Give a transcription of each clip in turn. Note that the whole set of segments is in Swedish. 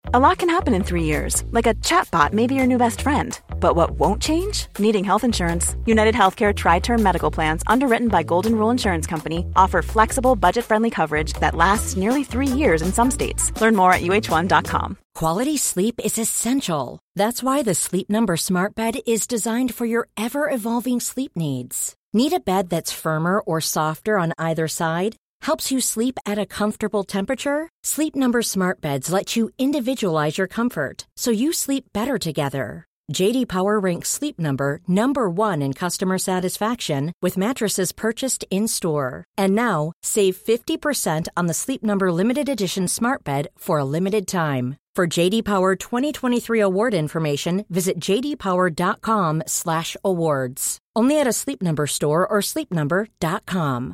A lot can happen in 3 years, like a chatbot may be your new best friend. But what won't change? Needing health insurance. United Healthcare Tri-Term Medical Plans, underwritten by Golden Rule Insurance Company, offer flexible, budget-friendly coverage that lasts nearly 3 years in some states. Learn more at uh1.com. Quality sleep is essential. That's why the Sleep Number Smart Bed is designed for your ever-evolving sleep needs. Need a bed that's firmer or softer on either side? Helps you sleep at a comfortable temperature? Sleep Number Smart Beds let you individualize your comfort, so you sleep better together. J.D. Power ranks Sleep Number #1 in customer satisfaction with mattresses purchased in-store. And now, save 50% on the Sleep Number Limited Edition Smart Bed for a limited time. For J.D. Power 2023 award information, visit jdpower.com/awards. Only at a Sleep Number store or sleepnumber.com.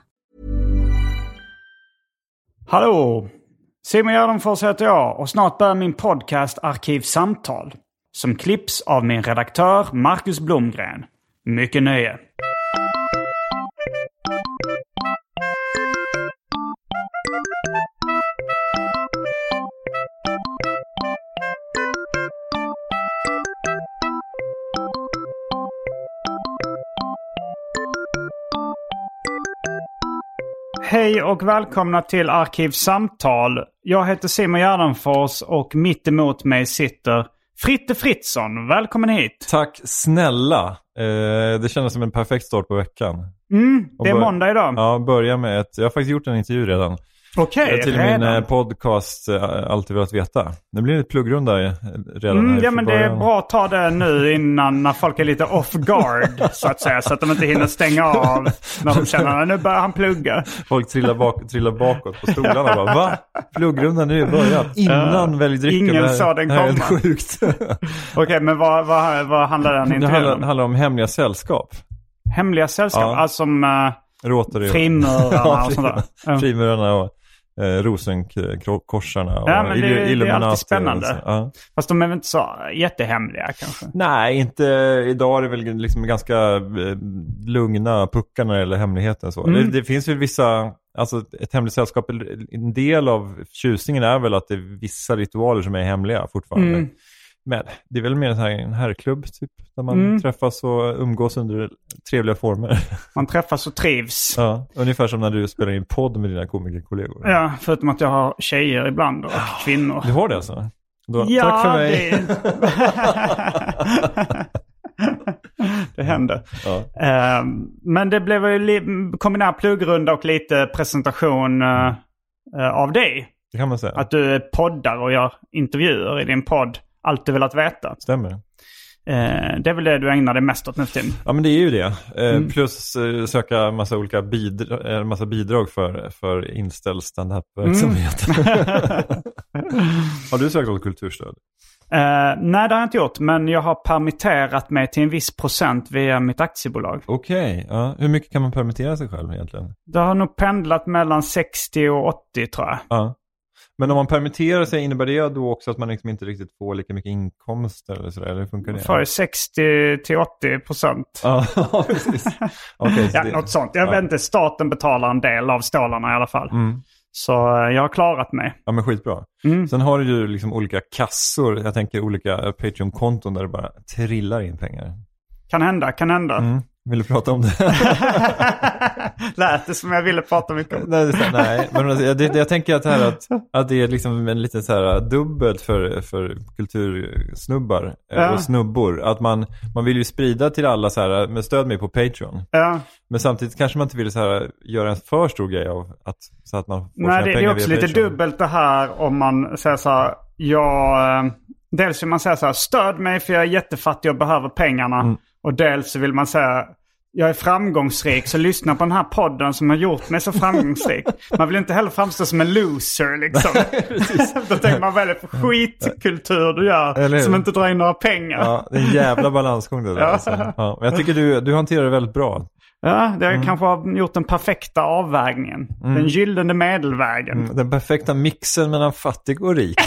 Hallå! Simon Gärdenfors heter jag och snart börjar min podcast Arkivsamtal, som klipps av min redaktör Marcus Blomgren. Mycket nöje! Hej och välkomna till Arkivsamtal. Jag heter Simon Gärdenfors och mitt emot mig sitter Fritte Fritzson. Välkommen hit. Tack snälla. Det kändes som en perfekt start på veckan. Det är måndag idag. Ja, börja med jag har faktiskt gjort en intervju redan. Okej, till min podcast Alltid velat veta. Det blir en pluggrunda redan här. Ja, men det är bra att ta det nu innan när folk är lite off guard så att säga. Så att de inte hinner stänga av när de känner att nu börjar han plugga. Folk trillar bakåt på stolarna och bara, va? Pluggrundan nu i början. Innan välj drycken. Ingen sa den komma. Det här är helt sjukt. Okej, men vad handlar den intervjun om? Det handlar om hemliga sällskap. Hemliga sällskap? Ja. Alltså som frimurarna och sånt där. Frimurarna och rosenkorsarna och men det är alltid spännande. Ja. Fast de är väl inte så jättehemliga kanske? Nej, inte idag är det väl liksom ganska lugna puckar när det gäller hemligheten. Så. Det finns ju vissa, alltså ett hemligt sällskap, en del av tjusningen är väl att det är vissa ritualer som är hemliga fortfarande. Men det är väl mer en herrklubb typ, där man träffas och umgås under trevliga former. Man träffas och trivs. Ja, ungefär som när du spelar in podd med dina komikerkollegor. Ja, förutom att jag har tjejer ibland och kvinnor. Du har det alltså? Ja, tack för mig. Det hände. Ja. Men det blev ju kombinerad pluggrunda och lite presentation av dig. Det kan man säga. Att du poddar och gör intervjuer i din podd. Alltid velat veta. Stämmer. Det är väl det du ägnar dig mest åt nu för tiden? Ja, men det är ju det. Plus söka massa olika bidrag för inställd stand-up-verksamhet. Har du sökt åt kulturstöd? Nej, det har jag inte gjort. Men jag har permitterat mig till en viss procent via mitt aktiebolag. Okej. Ja. Hur mycket kan man permittera sig själv egentligen? Det har nog pendlat mellan 60 och 80 tror jag. Ja. Men om man permitterar sig, innebär det då också att man liksom inte riktigt får lika mycket inkomst eller sådär? Eller funkar det? För 60-80%. Ja, precis. Okay, ja, något sånt. Jag vet inte, staten betalar en del av stålarna i alla fall. Så jag har klarat mig. Ja, men skitbra. Sen har du ju liksom olika kassor. Jag tänker olika Patreon-konton där det bara trillar in pengar. Kan hända. Vill du prata om det? Lät det som jag ville prata mycket om. Nej, men jag tänker att det är liksom en liten så här dubbelt för kultursnubbar och snubbor. Att man vill ju sprida till alla så här med stöd med på Patreon. Ja. Men samtidigt kanske man inte vill så här göra en för stor grej av så att man får sina pengar. Det är också lite dubbelt det här om man säger så här, dels vill man säga så här, stöd mig för jag är jättefattig och behöver pengarna. Och dels så vill man säga, jag är framgångsrik så lyssna på den här podden som har gjort mig så framgångsrik. Man vill inte heller framstå som en loser liksom. Då tänker man väl för skitkultur du gör som inte drar in några pengar. Ja, det är en jävla balansgång det där. Alltså. Ja, men jag tycker du hanterar det väldigt bra. Ja, det kanske har gjort den perfekta avvägningen. Den gyllene medelvägen. Den perfekta mixen mellan fattig och rik.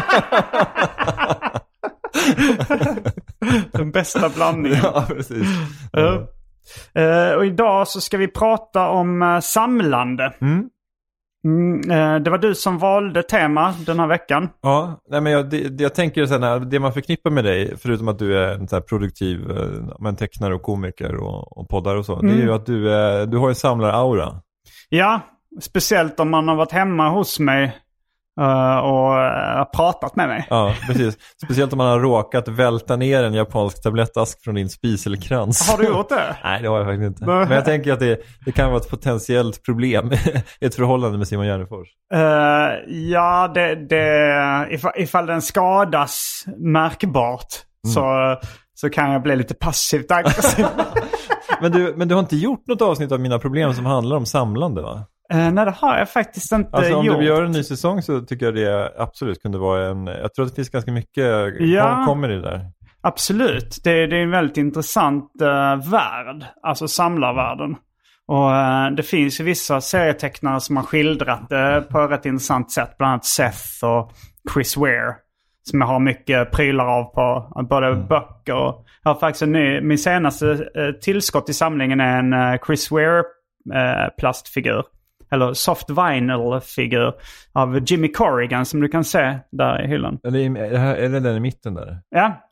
Den bästa blandningen. Ja, precis. Och idag så ska vi prata om samlande. Det var du som valde tema den här veckan. Ja, nej, men jag tänker så här, det man förknippar med dig, förutom att du är en så här produktiv tecknare och komiker och poddar och så, det är ju att du har en samlar-aura. Ja, speciellt om man har varit hemma hos mig och pratat med mig. Ja, precis. Speciellt om man har råkat välta ner en japansk tablettask från din spiselkrans. Har du gjort det? Nej, det har jag faktiskt inte. Men jag tänker att det kan vara ett potentiellt problem i ett förhållande med Simon Gärdenfors. Ja, ifall den skadas märkbart så kan jag bli lite passivt aggressiv. Men du har inte gjort något avsnitt av mina problem som handlar om samlande, va? Nej, det har jag faktiskt inte gjort. Om du gör en ny säsong så tycker jag det absolut kunde vara jag tror att det finns ganska mycket comedy där. Absolut. Det är en väldigt intressant värld. Alltså samlarvärlden. Och det finns ju vissa serietecknare som har skildrat det på ett rätt intressant sätt. Bland annat Seth och Chris Ware. Som jag har mycket prylar av på både böcker och... Jag har faktiskt min senaste tillskott i samlingen är en Chris Ware plastfigur. Eller soft vinyl-figur av Jimmy Corrigan som du kan se där i hyllan. Är det den i mitten där? Ja.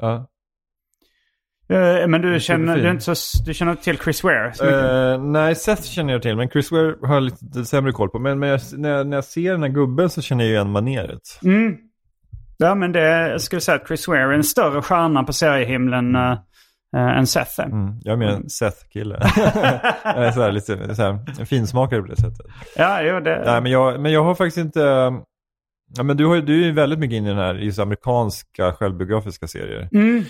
Men du känner till Chris Ware? Nej, Seth känner jag till, men Chris Ware har jag lite sämre koll på. Men när jag ser den här gubben så känner jag igen maneret. Ja, men jag skulle säga att Chris Ware är en större stjärna på seriehimlen än Seth. Jag menar Seth-kille. Jag är så här, lite så här, finsmakare på det sättet. Ja, jo, det... Nej, men jag har faktiskt inte... Ja, men du är ju väldigt mycket inne i den här just amerikanska självbiografiska serier.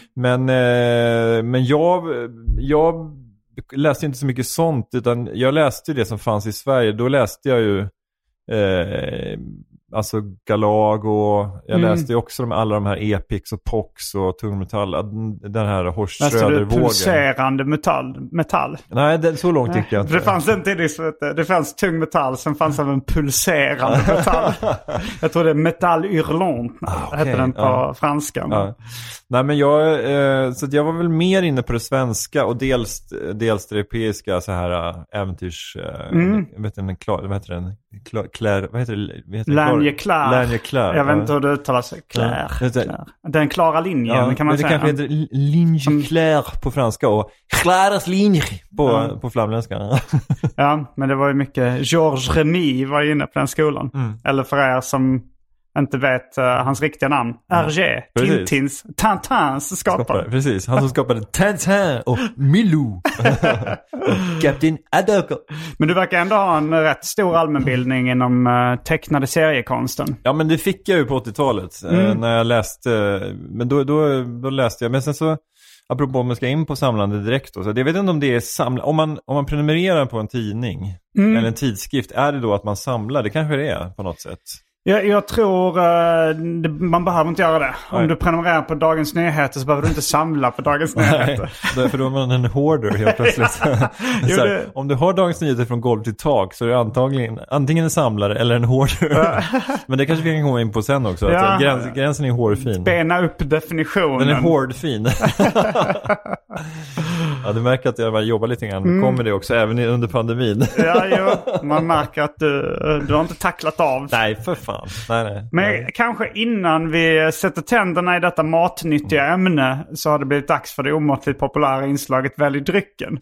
Men jag läste inte så mycket sånt, utan jag läste det som fanns i Sverige. Då läste jag ju alltså Galago. Jag läste ju också alla de här Epics och Pox och tungmetall. Den här Horst Schröder-vågen. Pulserande metall? Nej, så långt tycker jag inte. Det fanns inte det fanns tungmetall, sen fanns även pulserande metall. Jag tror det är Metall Hurlant hette den på franska. Ja. Nej, men så jag var väl mer inne på det svenska och dels det europeiska så här äventyrs vad heter den? Lanje Claire. Jag vet inte hur det uttalar sig. Claire. Den klara linjen kan man säga. Det kanske heter Linje Claire på franska och Claires linje på flamländska. Ja, men det var ju mycket Georges Remy var inne på den skolan. Eller för er som inte vet hans riktiga namn. Hergé, Tintins skapare. Precis, han som skapade Tintin och Milou. Captain Haddock. Men du verkar ändå ha en rätt stor allmänbildning inom tecknade seriekonsten. Ja, men det fick jag ju på 80-talet när jag läste. Men då läste jag. Men sen så, apropå om man ska in på samlande direkt då, så jag vet inte om det är om man prenumererar på en tidning eller en tidskrift, är det då att man samlar? Det kanske det är på något sätt. Jag tror man behöver inte göra det. Om du prenumererar på Dagens Nyheter så behöver du inte samla på Dagens Nyheter. Nej, för då är man en hoarder helt plötsligt. Om du har Dagens Nyheter från golv till tak så är det antingen en samlare eller en hoarder. Men det kanske vi kan komma in på sen också. Att gränsen är hårfin. Bena upp definitionen. Den är hårdfin. Ja, du märker att jag jobbar lite grann. Kommer det också även under pandemin. Man märker att du har inte tacklat av. Nej, för fan. Nej. Men kanske innan vi sätter tänderna i detta matnyttiga ämne så har det blivit dags för det omåttligt populära inslaget Välj drycken.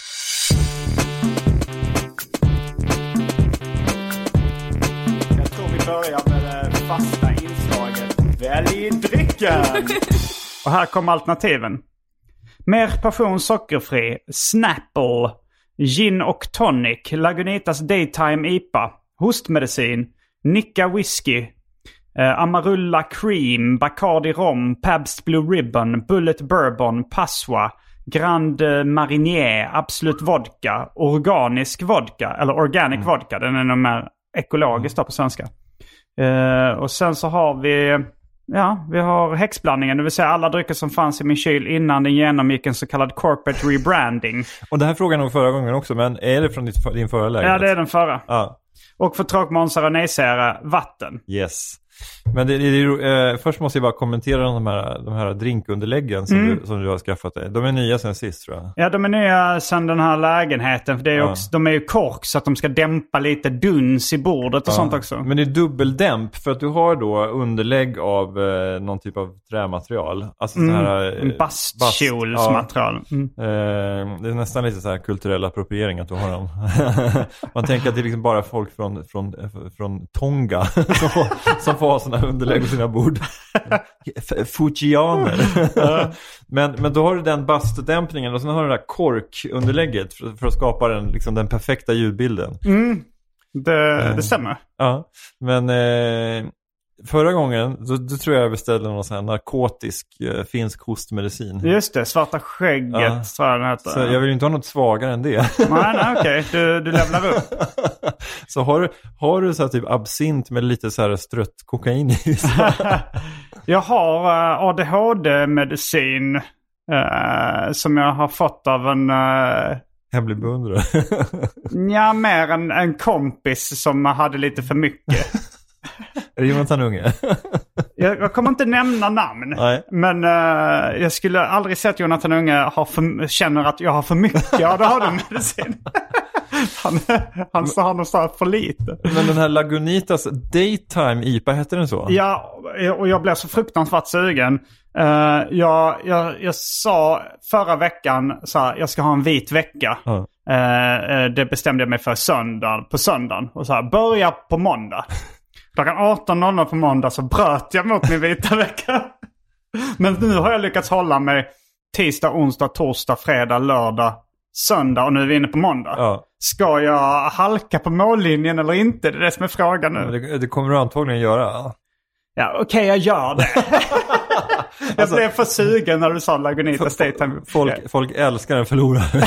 Jag tror vi börjar med det fasta inslaget Välj drycken. Och här kommer alternativen. Mer passion sockerfri, Snapple, gin och tonic, Lagunitas Daytime IPA, hostmedicin, Nicka whisky, Amarula cream, Bacardi rom, Pabst Blue Ribbon, Bullet bourbon, Passoa, Grand Marnier, Absolut vodka, organisk vodka eller organic vodka, den är nog mer ekologisk då på svenska. Och sen så har vi har häxblandningen, det vill säga alla drycker som fanns i min kyl innan den genomgick en så kallad corporate rebranding. Och det här frågan nog förra gången också, men är det från din förra lägenhet? Ja, det är den förra. Ja. Och för tråkmånsare och nejsägare, vatten. Yes. Men först måste jag bara kommentera de här drinkunderläggen som du har skaffat dig. De är nya sen sist, tror jag. Ja, de är nya sen den här lägenheten. För det är också, de är ju kork så att de ska dämpa lite duns i bordet och sånt också. Men det är dubbeldämp för att du har då underlägg av någon typ av trämaterial. Alltså sån här... Bastkjolsmaterial. Det är nästan lite så här kulturell appropriering att du har dem. Man tänker att det är liksom bara folk från Tonga som får ha såna underlägg på sina bord. Fujianer. Men då har du den bastdämpningen och sen har du det där korkunderlägget för att skapa den perfekta ljudbilden. Det stämmer. Ja, men förra gången då tror jag beställde någon sån här narkotisk finsk hostmedicin. Just det, svarta skägget tror jag den heter. Så jag vill inte ha något svagare än det. Nej, okej. Du levlar upp. Så har du så här typ absint med lite så här strött kokain i? Jag har ADHD-medicin som jag har fått av en... hemlig beundrare. Ja, mer en kompis som hade lite för mycket. Är det Jonathan Unge? Jag kommer inte nämna namn. Nej. Men jag skulle aldrig säga att Jonathan Unge känner att jag har för mycket ADHD-medicin. Han sa någonstans för lite. Men den här Lagunitas Daytime IPA, heter den så? Ja, och jag blev så fruktansvärt sugen. Jag sa förra veckan så här, jag ska ha en vit vecka. Det bestämde jag mig för på söndagen. Och så här, börja på måndag. Klockan 18.00 på måndag så bröt jag mot min vita vecka. Men nu har jag lyckats hålla mig tisdag, onsdag, torsdag, fredag, lördag, söndag och nu är vi inne på måndag. Ja. Ska jag halka på mållinjen eller inte? Det är det som är frågan nu. Det kommer du antagligen göra. Ja, okej, jag gör det. Jag blev för sugen när du sa Lagunitas Daytime. Folk älskar en förlorare.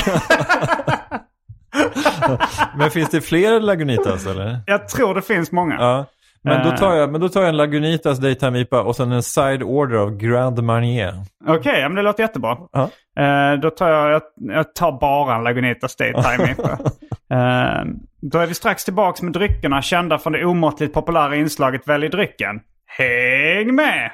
Men finns det fler Lagunitas eller? Jag tror det finns många. Ja. Men då tar jag en Lagunitas Daytime IPA och sen en side order av Grand Marnier. Okej, men det låter jättebra. Då tar jag tar bara en Lagunitas Daytime IPA. Då är vi strax tillbaka med dryckerna kända från det omåttligt populära inslaget Välj drycken. Häng med!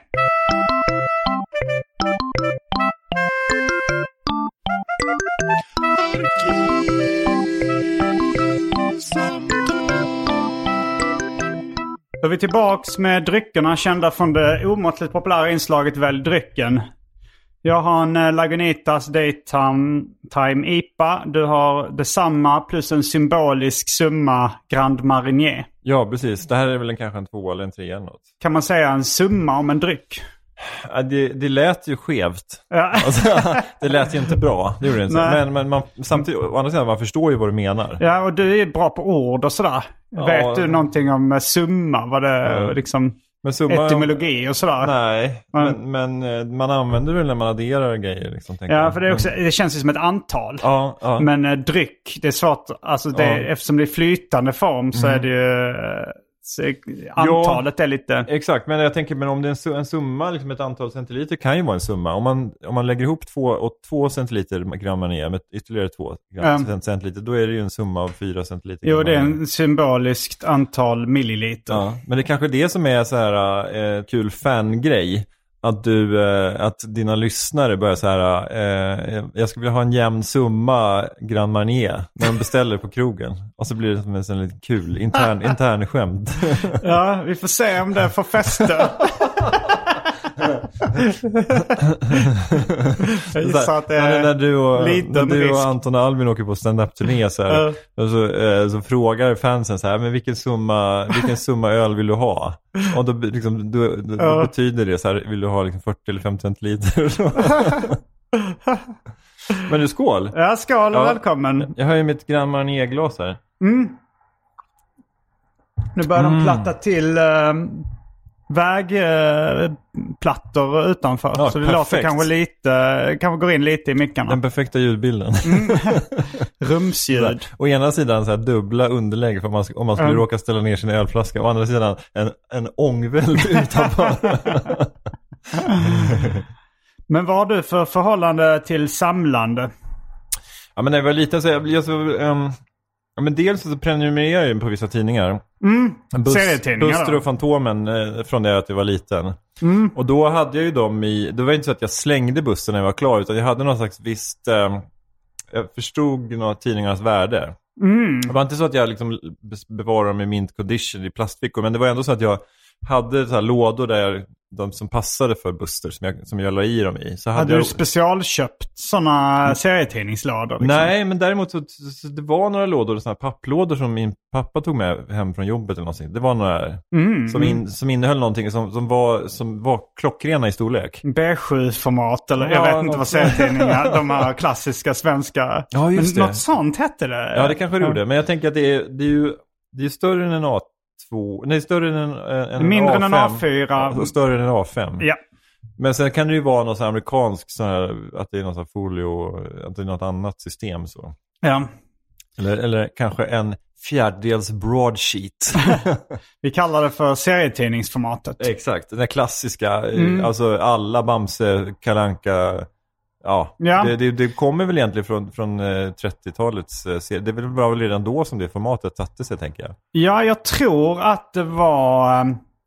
Då är vi tillbaks med dryckerna kända från det omåttligt populära inslaget Välj drycken. Jag har en Lagunitas Daytime IPA. Du har detsamma plus en symbolisk summa Grand Marnier. Ja, precis. Det här är väl kanske en 2 eller en 3 eller något. Kan man säga en summa om en dryck? Ja, det lät ju skevt. Ja. Alltså, det lät ju inte bra. Det gjorde det inte. Men man, samtidigt, å andra sidan, man förstår ju vad du menar. Ja, och du är bra på ord och sådär. Ja. Vet du någonting om summa? Vad det liksom... Men summa, etymologi och sådär. Nej, men man använder det när man adderar grejer. Liksom, ja, för det känns ju som ett antal. Ja. Men dryck, det är svårt. Alltså eftersom det är flytande form så är det ju... antalet är lite... Exakt, men jag tänker om det är en summa, liksom ett antal centiliter kan ju vara en summa. Om man lägger ihop 2 centiliter Grand Marnier med ytterligare 2 centiliter, då är det ju en summa av 4 centiliter. Jo, det är en symboliskt antal milliliter. Ja, men det är kanske det som är så här kul fangrej. Att dina lyssnare börjar så här, jag skulle vilja ha en jämn summa Grand Marnier när de beställer på krogen. Och så blir det som en lite kul intern skämt. Ja, vi får se om det får fäste. Jag gissar att det är när du och Anton och Albin åker på stand-up-turné så här, och så frågar fansen så här, men vilken summa öl vill du ha? Och då, liksom, då betyder det så här, vill du ha liksom 40 eller 50 centiliter? Men du, skål! Ja, skål och välkommen. Jag har ju mitt Grand Marnier-glas här. Nu börjar de platta till vägplattor utanför. Ja, så det låter kanske går in lite i mickarna. Den perfekta ljudbilden. Rumsljud. Å ena sidan så här dubbla underlägg för om man skulle råka ställa ner sin ölflaska. Å andra sidan en ångväld utanför. Men vad har du för förhållande till samlande? Ja, men när jag var liten så Ja, men dels så prenumererar jag på vissa tidningar. Serietidningar Buster och Fantomen från det att jag var liten. Och då hade jag ju dem i... Det var inte så att jag slängde Buster när jag var klar, utan jag hade någon slags visst... jag förstod några tidningarnas värde. Det var inte så att jag liksom bevarade dem i mint condition i plastfickor, men det var ändå så att jag hade så här lådor där de som passade för Buster som jag la i dem i. Så hade du specialköpt sådana serietidningslådor? Liksom? Nej, men däremot så det var några lådor, såna här papplådor som min pappa tog med hem från jobbet eller någonting. Det var några som innehöll någonting som var klockrena i storlek. B7-format eller jag vet inte vad serietidningar, de här klassiska svenska. Ja, just men något sånt hette det. Ja, det kanske det gjorde. Men jag tänker att det är större än en A2. Nej, större än en mindre A5, än en A4 och större än en A5. Ja. Men sen kan det ju vara något så amerikansk så här, att det är något så här folio, att det är något annat system så. Ja. Eller kanske en fjärdedels broadsheet. Vi kallar det för serietidningsformatet. Exakt, den klassiska, alltså alla Bamse, Kalanka. Ja. Det kommer väl egentligen från 30-talets serie. Det var väl redan då som det formatet satte sig, tänker jag. Ja, jag tror att det var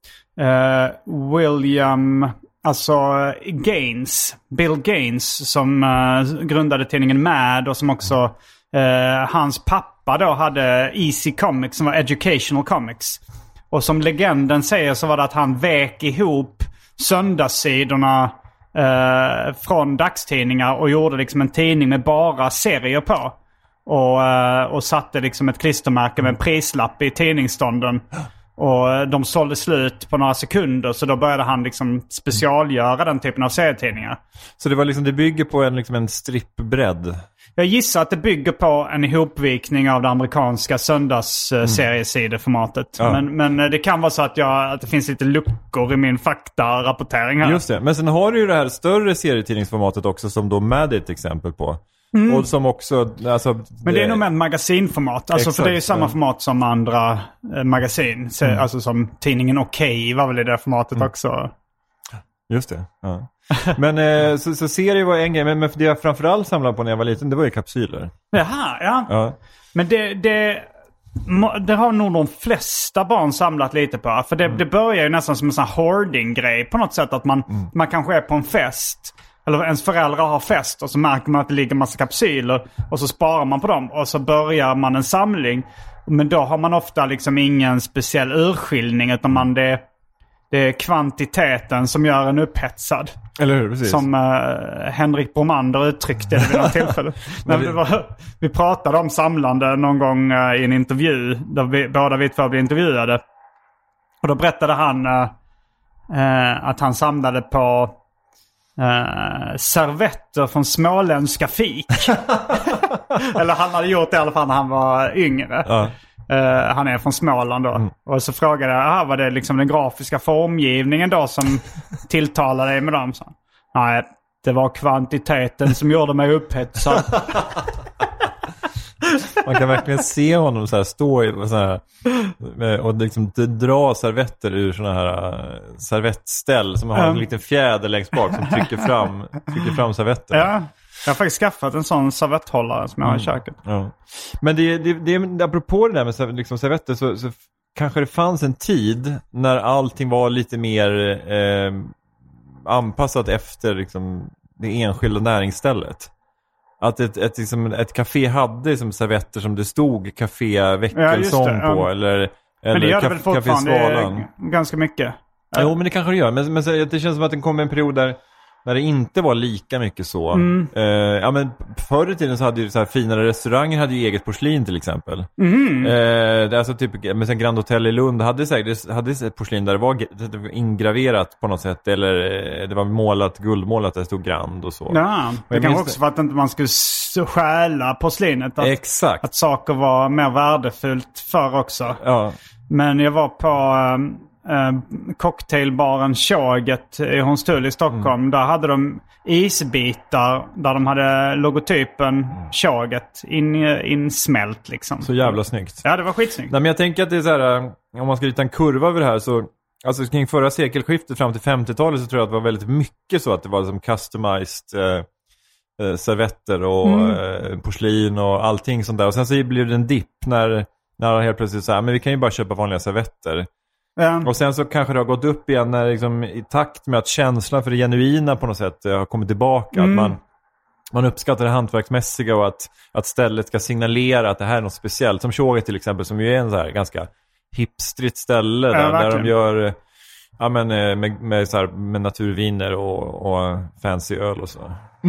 William, alltså Bill Gaines som grundade tidningen Mad och som också hans pappa då hade Easy Comics som var Educational Comics. Och som legenden säger så var det att han väck ihop söndagssidorna från dagstidningar och gjorde liksom en tidning med bara serier på. Och satte liksom ett klistermärke med en prislapp i tidningsstånden. Och de sålde slut på några sekunder, så då började han liksom specialgöra den typen av serietidningar. Så det var liksom, det bygger på en strippbredd? Jag gissar att det bygger på en ihopvikning av det amerikanska söndagsseriesideformatet. Ja. Men det kan vara så att det finns lite luckor i min faktarapportering här. Just det, men sen har du ju det här större serietidningsformatet också som då Mad är ett exempel på. Och som också, alltså, men det är nog med magasinformat. Alltså, för det är ju samma format som andra magasin. Alltså som tidningen Okej var väl i det formatet också. Just det, ja. Men så serier var en grej. Men det jag framförallt samlade på när jag var liten, det var ju kapsyler. Jaha, ja. Men det har nog de flesta barn samlat lite på. För det börjar ju nästan som en sån här hoarding-grej på något sätt. Att man kanske är på en fest, eller ens föräldrar har fest, och så märker man att det ligger en massa kapsyler. Och så sparar man på dem och så börjar man en samling. Men då har man ofta liksom ingen speciell urskiljning, utan det är kvantiteten som gör en upphetsad. Eller hur, precis. Som Henrik Bromander uttryckte det vid något tillfälle. Vi pratade om samlande någon gång i en intervju där båda vi två blev intervjuade. Och då berättade han att han samlade på servetter från småländska fik. Eller han hade gjort det i alla fall när han var yngre. Ja. Han är från Småland då. Och så frågade jag, var det liksom den grafiska formgivningen då som tilltalade dig med dem? Så, nej, det var kvantiteten som gjorde mig upphetsad. Man kan verkligen se honom så här stå i så här, och liksom dra servetter ur såna här servettställ som har en liten fjäder längst bak som trycker fram servetter. Ja. Jag har faktiskt skaffat en sån servetthållare som jag har i köket. Ja. Men det apropå det där med liksom servetter så kanske det fanns en tid när allting var lite mer anpassat efter liksom det enskilda näringsstället. Att ett café hade liksom servetter som det stod Café Väckelsång på eller men det gör det väl fortfarande ganska mycket. Jo, men det kanske det gör. Men det känns som att det kommer en period där det inte var lika mycket så. Ja, men förr i tiden så hade ju så här finare restauranger hade ju eget porslin till exempel. Det är alltså typ, men sen Grand Hotel i Lund hade ett porslin där det var ingraverat på något sätt, eller det var guldmålat där det stod Grand och så. Ja, det kan också för att inte man skulle stjäla porslinet. Exakt. Att saker var mer värdefullt för också. Ja. Men jag var på cocktailbaren Tjaget i Hornstull i Stockholm. Där hade de isbitar där de hade logotypen Tjaget insmält liksom. Så jävla snyggt. Ja, det var skitsnyggt. Nej, men jag tänker att det är så här, om man ska rita en kurva över det här så, alltså kring förra sekelskiftet fram till 50-talet så tror jag att det var väldigt mycket så att det var som customized servetter och porslin och allting sånt där. Och sen så blir det en dipp när helt plötsligt så här, men vi kan ju bara köpa vanliga servetter. Ja. Och sen så kanske det har gått upp igen när liksom, i takt med att känslan för det genuina på något sätt har kommit tillbaka. Att man uppskattar det hantverksmässiga och att stället ska signalera att det här är något speciellt. Som Tjoget till exempel, som ju är en så här ganska hipstrigt ställe där de gör med naturviner och fancy öl och så.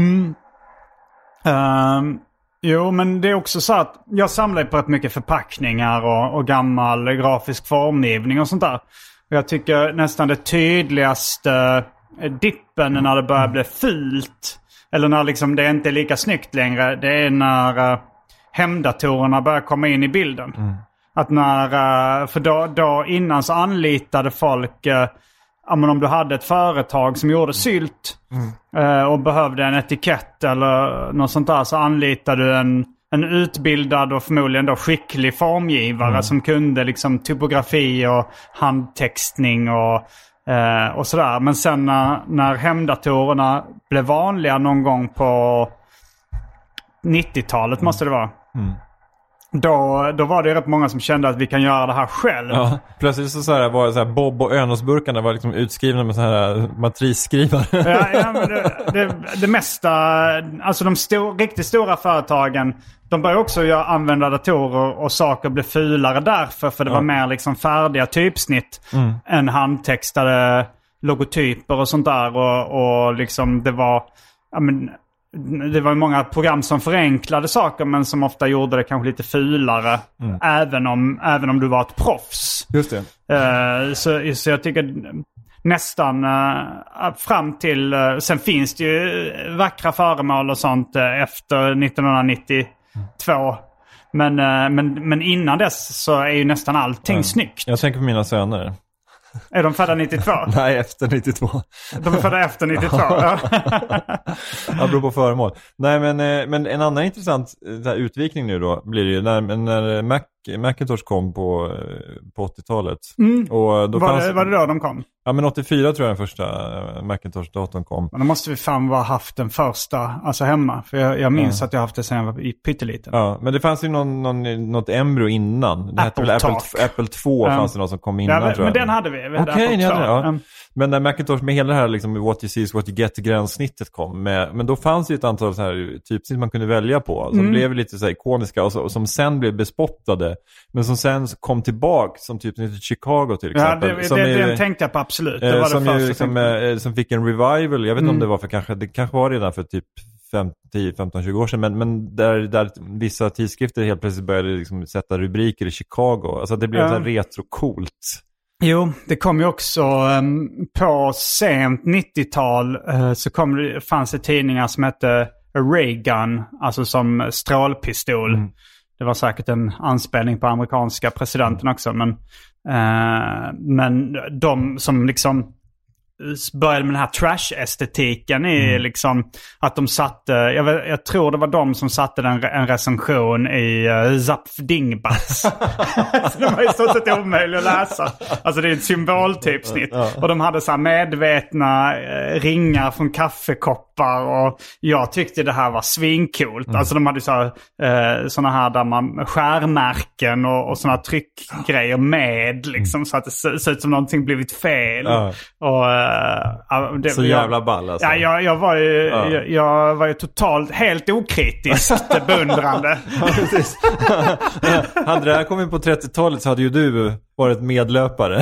Jo, men det är också så att jag samlar på rätt mycket förpackningar och gammal grafisk formgivning och sånt där. Och jag tycker nästan det tydligaste dippen när det börjar bli fult, eller när liksom det inte är lika snyggt längre, det är när hemdatorerna börjar komma in i bilden. Att för då innan så anlitade folk, om du hade ett företag som gjorde sylt och behövde en etikett eller något sånt där, så anlitade du en utbildad och förmodligen då skicklig formgivare som kunde liksom typografi och handtextning och sådär. Men sen när hemdatorerna blev vanliga någon gång på 90-talet måste det vara. Då var det rätt många som kände att vi kan göra det här själv. Ja, plötsligt var så här Bob och Önos-burkarna var liksom utskrivna med så här matrisskrivare. Ja, men det mesta, alltså de riktigt stora företagen, de började också använda datorer och saker blev fulare därför, för det var mer liksom färdiga typsnitt än handtextade logotyper och sånt där, och liksom det var många program som förenklade saker men som ofta gjorde det kanske lite fulare även om du var ett proffs. Just det. Så jag tycker nästan fram till sen finns det ju vackra föremål och sånt efter 1992. Men innan dess så är ju nästan allting snyggt. Jag tänker på mina söner. Är de födda 92? Nej, efter 92. De är födda efter 92. Jag beror på föremål. Nej, men en annan intressant utvikning nu då blir det ju när Macintosh kom på 80-talet. Och då var det då de kom? Ja, men 84 tror jag den första Macintosh-datorn kom. Men då måste vi fan haft den första, alltså hemma. För jag minns att jag haft det sen jag var pytteliten. Ja, men det fanns ju något embryo innan. Det hette väl Apple 2 fanns det något som kom innan, tror jag. Men den hade vi. Okej, ni hade det, ja. Men när Macintosh med hela det här liksom, what you see is what you get gränssnittet kom med, men då fanns ju ett antal så här typsnitt man kunde välja på som blev lite så här ikoniska och som sen blev bespottade, men som sen kom tillbaka som typsnittet Chicago till exempel. Ja, det tänkte jag på absolut. Det var som det ju liksom, som fick en revival. Jag vet inte om det var det kanske var redan för typ 10-15-20 år sedan, men där vissa tidskrifter helt plötsligt började liksom sätta rubriker i Chicago. Alltså det blev så här retro-coolt. Jo, det kom ju också på sent 90-tal så fanns det tidningar som hette Ray-Gun, alltså som strålpistol. Det var säkert en anspelning på amerikanska presidenten också, men de som liksom började med den här trash-estetiken i liksom att de satte, jag tror det var de som satte en recension i Zapf Dingbats. Så det var i stort sett omöjligt att läsa. Alltså det är ett symboltypsnitt. Och de hade så här medvetna ringar från kaffekoppar, och jag tyckte det här var svincoolt. Alltså de hade såna här där man skärmärken och såna tryckgrejer med liksom, så att det ser ut som någonting blivit fel. Och så jävla ball alltså. Ja, jag var ju totalt helt okritiskt beundrande. Hade det här kommit på 30-talet så hade ju du varit medlöpare.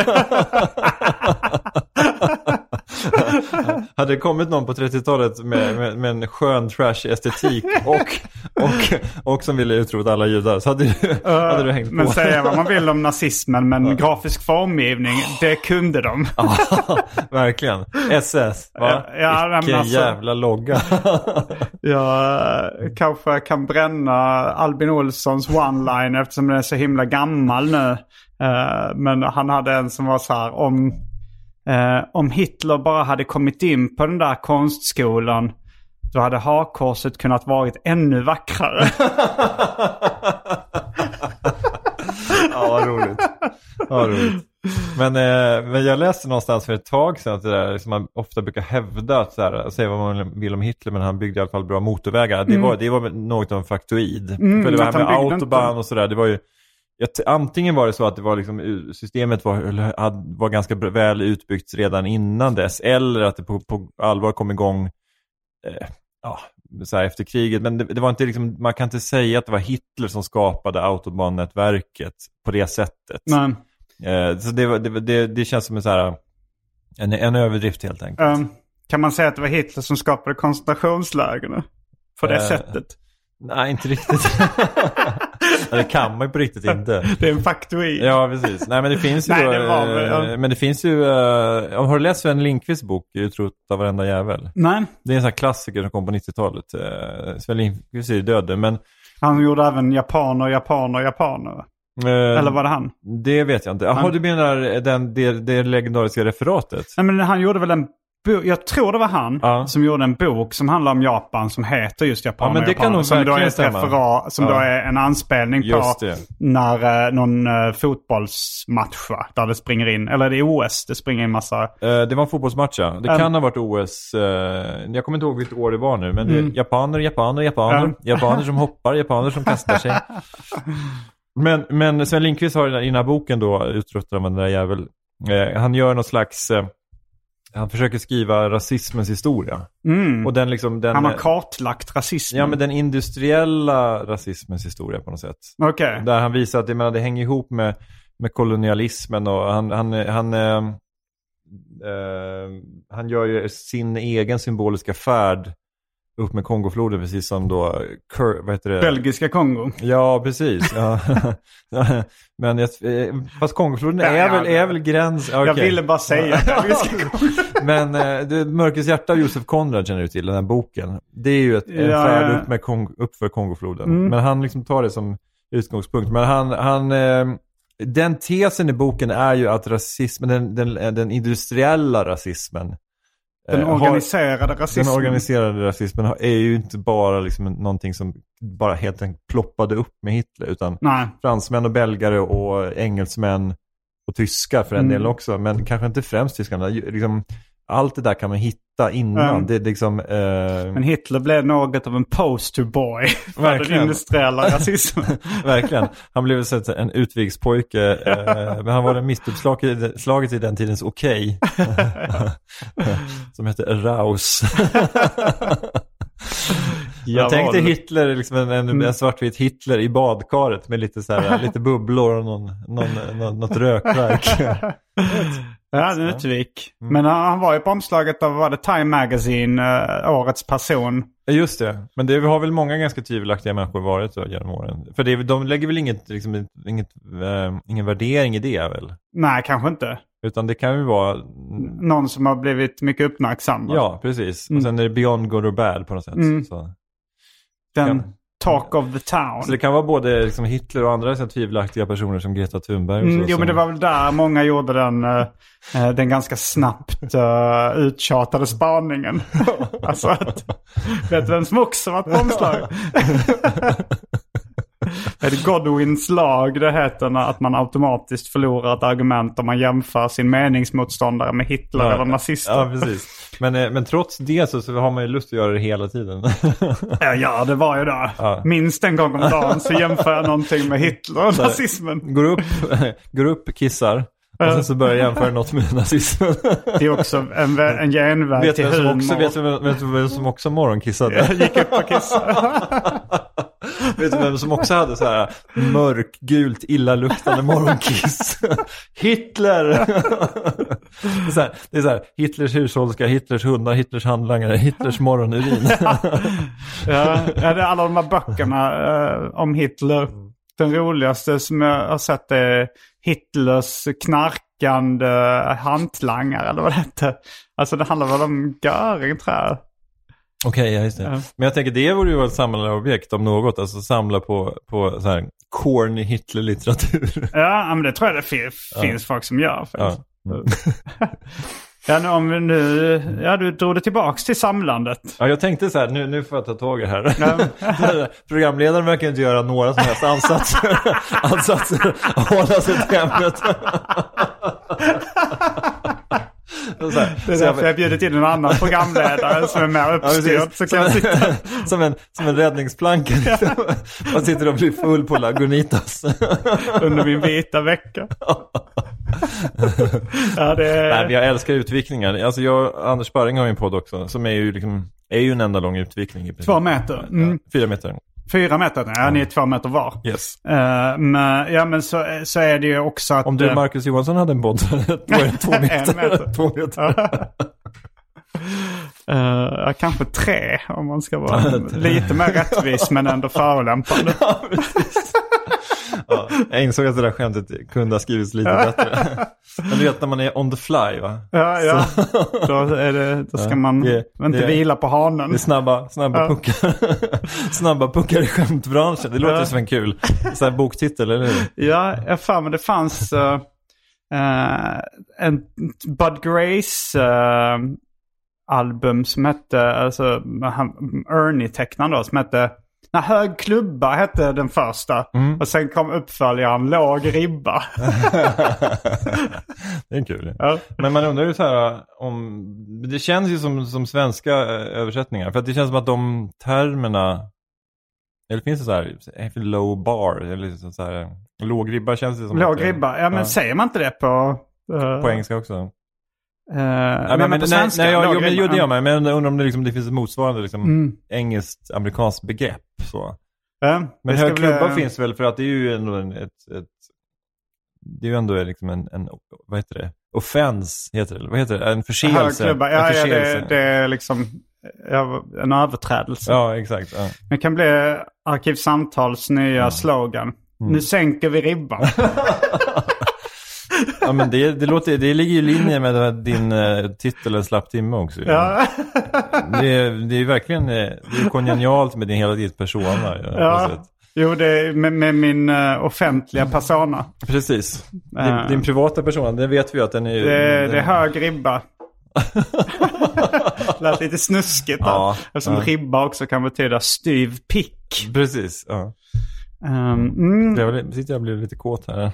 Hade det kommit någon på 30-talet med en skön trash-estetik och som ville utrota alla judar, så hade du hängt på. Men säga vad man vill om nazismen, men grafisk formgivning, det kunde de. Verkligen. SS, va? Vilken jävla logga. Jag kanske kan bränna Albin Olssons one-line eftersom den är så himla gammal nu. Men han hade en som var så här: om Hitler bara hade kommit in på den där konstskolan, då hade hakkorset kunnat varit ännu vackrare. Ja, vad roligt. Men jag läste någonstans för ett tag sedan att det där, som man ofta brukar hävda att så här, säga vad man vill om Hitler, men han byggde i alla fall bra motorvägar. Det var något av en faktoid. För det var här med autobahn och sådär, det var ju antingen var det så att det var liksom, systemet var ganska väl utbyggt redan innan dess, eller att det på allvar kom igång så här efter kriget, men det var inte liksom, man kan inte säga att det var Hitler som skapade autobahnnätverket på det sättet. Nej. Så det känns som en överdrift helt enkelt. Kan man säga att det var Hitler som skapade koncentrationslägren på det sättet? Nej, inte riktigt. Det kan man ju på riktigt inte. Det är en faktoid. Ja, precis. Nej, men det finns ju men det finns ju har du läst Sven Lindqvists bok Utrota av varenda jävel? Nej. Det är en sån här klassiker som kom på 90-talet. Sven Lindqvist är död, men han gjorde även japaner. Eller var det han? Det vet jag inte. Jaha, du menar det legendariska referatet? Nej, men han gjorde väl jag tror det var han som gjorde en bok som handlar om Japan som heter just Japan men det Japan, kan nog som då är ett referat, som då är en anspelning på när någon fotbollsmatch där det springer in, eller det är OS, det springer in massa. Det var en fotbollsmatch, ja. Det kan ha varit OS. Jag kommer inte ihåg vilket år det var nu, men det är japaner som hoppar, japaner som kastar sig. Men Sven Lindqvist har i den här boken då, Utrottar man den där jävel, han gör någon slags han försöker skriva rasismens historia. Och han har kartlagt rasismen. Ja, men den industriella rasismens historia på något sätt. Okay. Där han visar att det hänger ihop med kolonialismen, och han gör ju sin egen symboliska färd upp med Kongofloden, precis som då Belgiska Kongo. Ja, precis. Ja. Men fast Kongofloden är väl gräns. Okay. Jag ville bara säga Belgiska Kongo. Men Mörkrets hjärta av Josef Conrad känner du till, den här boken. Det är ju en färd upp för Kongofloden. Men han liksom tar det som utgångspunkt. Men han den tesen i boken är ju att rasismen, den industriella rasismen, den organiserade rasismen är ju inte bara liksom någonting som bara helt enkelt ploppade upp med Hitler, utan fransmän och belgare och engelsmän och tyskar för en del också, men kanske inte främst tyskarna. Liksom, allt det där kan man hitta innan. Det är men Hitler blev något av en posterboy för den industriella rasismen. Verkligen. Han blev en utvigspojke, men han var den missuppslaget i den tidens okej. Som heter Raus. Jag tänkte Hitler, liksom en svartvit Hitler i badkaret med lite bubblor och något rökverk. Ja, det är Utvik. Men han var ju på omslaget av Time Magazine, årets person. Just det, men det har väl många ganska tvivelaktiga människor varit då genom åren. För de lägger väl ingen värdering i det väl? Nej, kanske inte. Utan det kan ju vara någon som har blivit mycket uppmärksammad. Ja, precis. Och sen är det beyond good or bad på något sätt. Så. Talk of the town. Så det kan vara både liksom Hitler och andra tvivelaktiga personer som Greta Thunberg. Och så, men det var väl där många gjorde den ganska snabbt uttjatade spaningen. Alltså vet du vem som också var ett omslag? Det är Godwins lag, det heter att man automatiskt förlorar ett argument om man jämför sin meningsmotståndare med Hitler eller nazister. Ja, precis. Men trots det så har man ju lust att göra det hela tiden. Ja, det var ju det. Ja. Minst en gång om dagen så jämför jag någonting med Hitler och nazismen. Går upp, kissar. Och sen så börjar jag jämföra något med nazismen. Det är också en genväg till humor. Vet du vem som också morgonkissade? Jag gick upp och kissade. Vet du vem som också hade så här mörkgult, illaluktande morgonkiss? Hitler! Det är så här, Hitlers hushållska, Hitlers hundar, Hitlers handlangare, Hitlers morgonurin. Ja, det är alla de här böckerna om Hitler. Den roligaste som jag har sett är Hitlers knarkande hantlangare, eller vad det heter. Alltså det handlar väl om Göring, tror jag. Okej, ja, just det. Ja. Men jag tänker det vore ju ett samlarobjekt om något. Alltså samla på så här corny Hitler-litteratur. Ja, men det tror jag det finns folk som gör. Ja. Du drog det tillbaks till samlandet. Ja, jag tänkte så här, nu får jag ta tag i det här. Programledaren verkar inte göra några som helst ansatser att hålla sig till ämnet. Det är därför jag bjudit in en annan programledare som är mer uppstyrd. Så kan jag sitta som en räddningsplanka. Man sitter och blir full på Lagunitas. Under min vita vecka. Nej, jag älskar utvikningar. Alltså Anders Sparring har ju en podd också som är ju en enda lång utvikning i princip. 2 meter. 4 meter. 4 meter? Ja, ni är 2 meter var. Yes. Men så är det ju också att... Om du, Marcus Johansson, hade en podd då är det 2 meter. 2 meter. Kanske 3 om man ska vara lite mer rättvis men ändå förolämpande. Ja, jag insåg att det där skämtet kunde ha skrivits lite bättre. Men du vet när man är on the fly, va? Ja. Då ska man inte vila på hanen. Det är snabba puckar. Snabba puckar i skämtbranschen. Det låter som en kul så här boktitel, eller hur? Ja, jag fan, men det fanns en Bud Grace album som hette, alltså Ernie-tecknaren då, som hette Hög klubba hette den första. Och sen kom uppföljaren Låg ribba. Det är kul. Ja. Men man undrar ju så här om... Det känns ju som svenska översättningar. För att det känns som att de termerna... Eller finns det så här low bar? Eller så här, låg ribba känns det som... Låg ribba? Ja, men säger man inte det på... På engelska också? Men på svenska? Det gör man. Men jag undrar om det finns ett motsvarande engelskt, amerikanskt begrepp. Så. Men hög klubba finns väl för att det är ju ändå det är ju ändå liksom en vad heter det? Offense heter det. Vad heter det? En förseelse. Hög klubba. Det är liksom en överträdelse. Ja, exakt. Ja. Det kan bli Arkivsamtals nya slogan. Nu sänker vi ribban. Ja, men det ligger ju i linje med din titel En slapp timme också. Ja. Det är ju verkligen kongenialt med din hela ditt persona. Ja. Jo, det är med min offentliga persona. Precis. Din privata persona, det vet vi att den är... Det är hög ribba. Lät lite snuskigt. Ja, eftersom ribba också kan betyda styv pick. Precis, ja. Jag blev lite kåt här.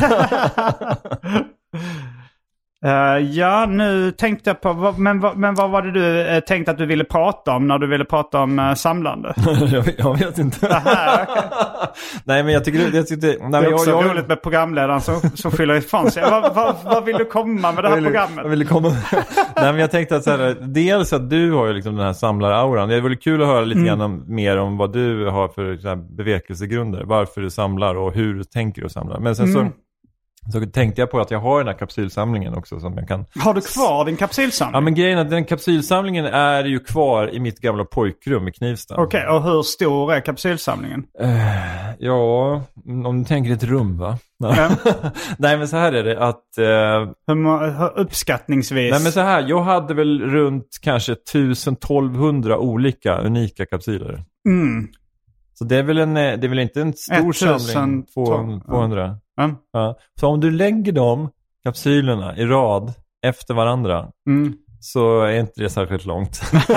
Ja, nu tänkte jag på... Men vad var det du tänkte att du ville prata om när du ville prata om samlande? Jag vet inte. Aha, okay. Nej, men jag tycker... det är också roligt med programledaren som fyller ifrån sig. Vad vill du komma med det här programmet? Jag ville komma... Nej, men jag tänkte att så här, dels att du har ju liksom den här samlarauran. Det är väldigt kul att höra lite grann mer om vad du har för så här bevekelsegrunder. Varför du samlar och hur du tänker att samla. Men sen så tänkte jag på att jag har den här kapsylsamlingen också som jag kan... Har du kvar din kapsylsamling? Ja, men grejen är att den kapsylsamlingen är ju kvar i mitt gamla pojkrum i Knivsta. Okej, och hur stor är kapsylsamlingen? Ja, om du tänker ett rum, va? Nej, men så här är det att... hur uppskattningsvis? Nej, men så här, jag hade väl runt kanske 1000-1200 olika unika kapsyler. Så det är väl inte en stor samling, 200. Ja. Så om du lägger de kapsylerna i rad efter varandra så är inte det särskilt långt.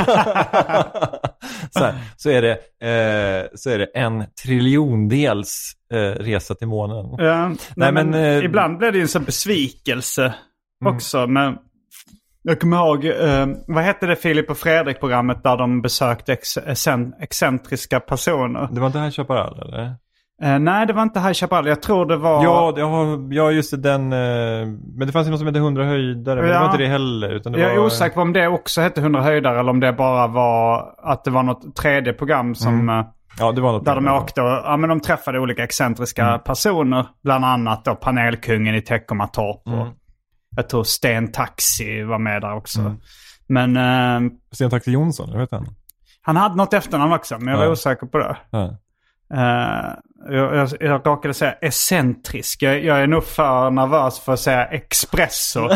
så är det 1 triljondels resa till månen. Ja, men ibland blir det ju en sån besvikelse också. Men jag kommer ihåg, vad hette det Filip och Fredrik-programmet där de besökte excentriska personer? Det var inte här Chaparral, eller? Nej, det var inte High Chaparral. Jag tror det var... Ja, just det, den... Men det fanns ju något som hette 100 höjdare. Men det var inte det heller. Utan det jag är osäker på om det också hette 100 höjdare eller om det bara var att det var något 3D-program som... Ja, det var något där de åkte och men de träffade olika excentriska personer. Bland annat då panelkungen i Teckomatorp. Jag tror Sten Taxi var med där också. Men... Sten Taxi Jonsson, jag vet han. Han hade något efternamn också, men jag var osäker på det. Ja. Jag råkade säga excentrisk. Jag är nog för nervös för att säga espresso.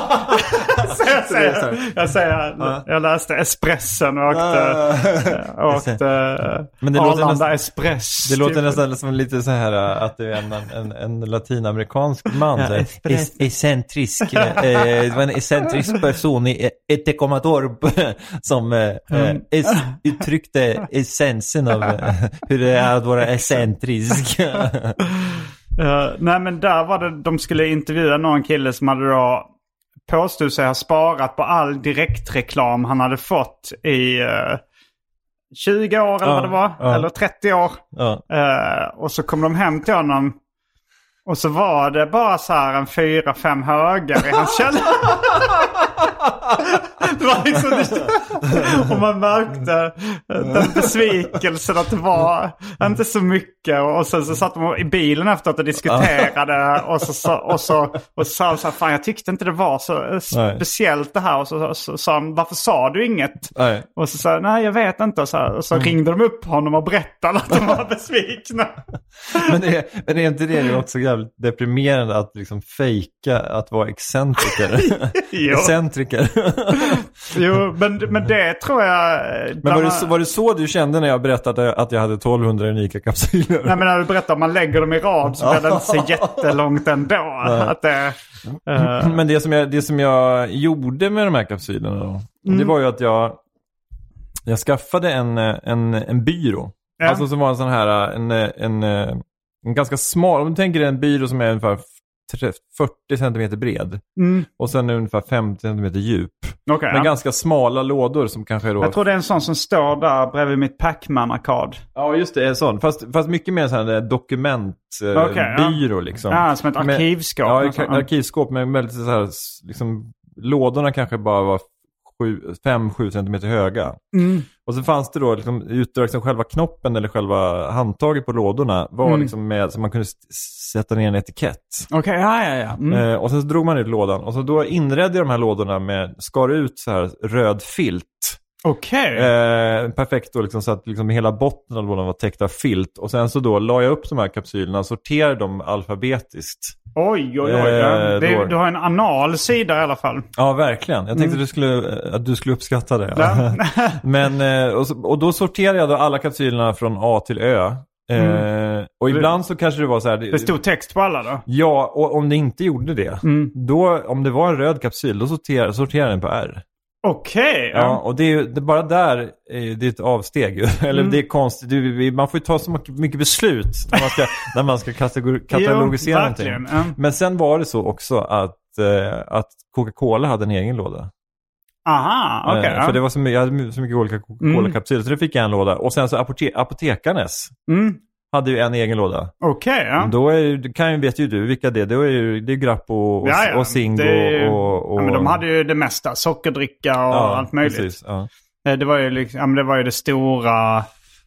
Jag läste Espressen och åkte Arlanda Espress. Det låter nästan som lite så här att du är en latinamerikansk man. Excentrisk. Det var en excentrisk person i Teckomatorp som uttryckte essensen av hur det är att vara excentrisk. Nej, men där var det, de skulle intervjua någon kille som hade då påstod sig ha sparat på all direktreklam han hade fått i 20 år eller vad det var. Eller 30 år. Och så kom de hem till honom. Och så var det bara så här en 4-5 högar i hans källare. Det var liksom, och man märkte den besvikelsen att det var inte så mycket. Och sen så satt de i bilen efteråt och diskuterade. Och så sa de så här, fan jag tyckte inte det var så speciellt det här. Och så sa han, varför sa du inget? Nej. Och så sa nej jag vet inte. Och så ringde de upp honom och berättade att de var besvikna. Men är inte det också jävligt deprimerande att liksom fejka att vara excentriker? Excentriker. Jo, men det tror jag... Men var det så du kände när jag berättade att jag hade 1200 unika kapsyler? Nej, men när du berättade om man lägger dem i rad så blir det inte så jättelångt ändå. Att det, Men det som jag gjorde med de här kapsylerna då, det var ju att jag skaffade en byrå. Ja. Alltså som var en sån här en ganska smal, om du tänker en byrå som är ungefär 40 centimeter bred och sen ungefär 50 centimeter djup. Okay, med ganska smala lådor som kanske är då... Jag tror det är en sån som står där bredvid mitt Pac-Man-arkad. Ja, just det, är en sån. Fast mycket mer sån här dokumentbyrå liksom. Ja, som ett arkivskåp. Arkivskåp med väldigt så här, liksom, lådorna kanske bara var 5-7 centimeter höga. Och så fanns det då liksom, liksom själva knoppen eller själva handtaget på lådorna var liksom med så man kunde sätta ner en etikett. Okej, ja. Och sen så drog man ut lådan och så då inredde de här lådorna med skar ut så här röd filt. Okej. Perfekt då liksom, så att liksom hela botten av lådan var täckt av filt och sen så då la jag upp de här kapsylerna och sorterade dem alfabetiskt. Oj. Du har en anal sida i alla fall. Ja, verkligen. Jag tänkte att du skulle uppskatta det. Ja. Men, och då sorterade jag då alla kapsylerna från A till Ö. Och ibland så kanske det var så här... Det stod text på alla då? Ja, och om det inte gjorde det, då, om det var en röd kapsyl, då sorterade den på R. Okej. Ja, och det är bara där det är ett avsteg ju. Eller det är konstigt. Man får ju ta så mycket beslut när man ska katalogisera någonting. Men sen var det så också att Coca-Cola hade en egen låda. Aha, okej. För det var jag hade så mycket olika Coca-Cola-kapsyler så det fick jag en låda. Och sen så Apotekarnes hade ju en egen låda. Okej, ja. Då vet ju du vilka det är. Det är Grapp och Zingo och... Ja, men de hade ju det mesta. Sockerdricka och allt möjligt. Precis, ja. Det var ju liksom, det var ju det stora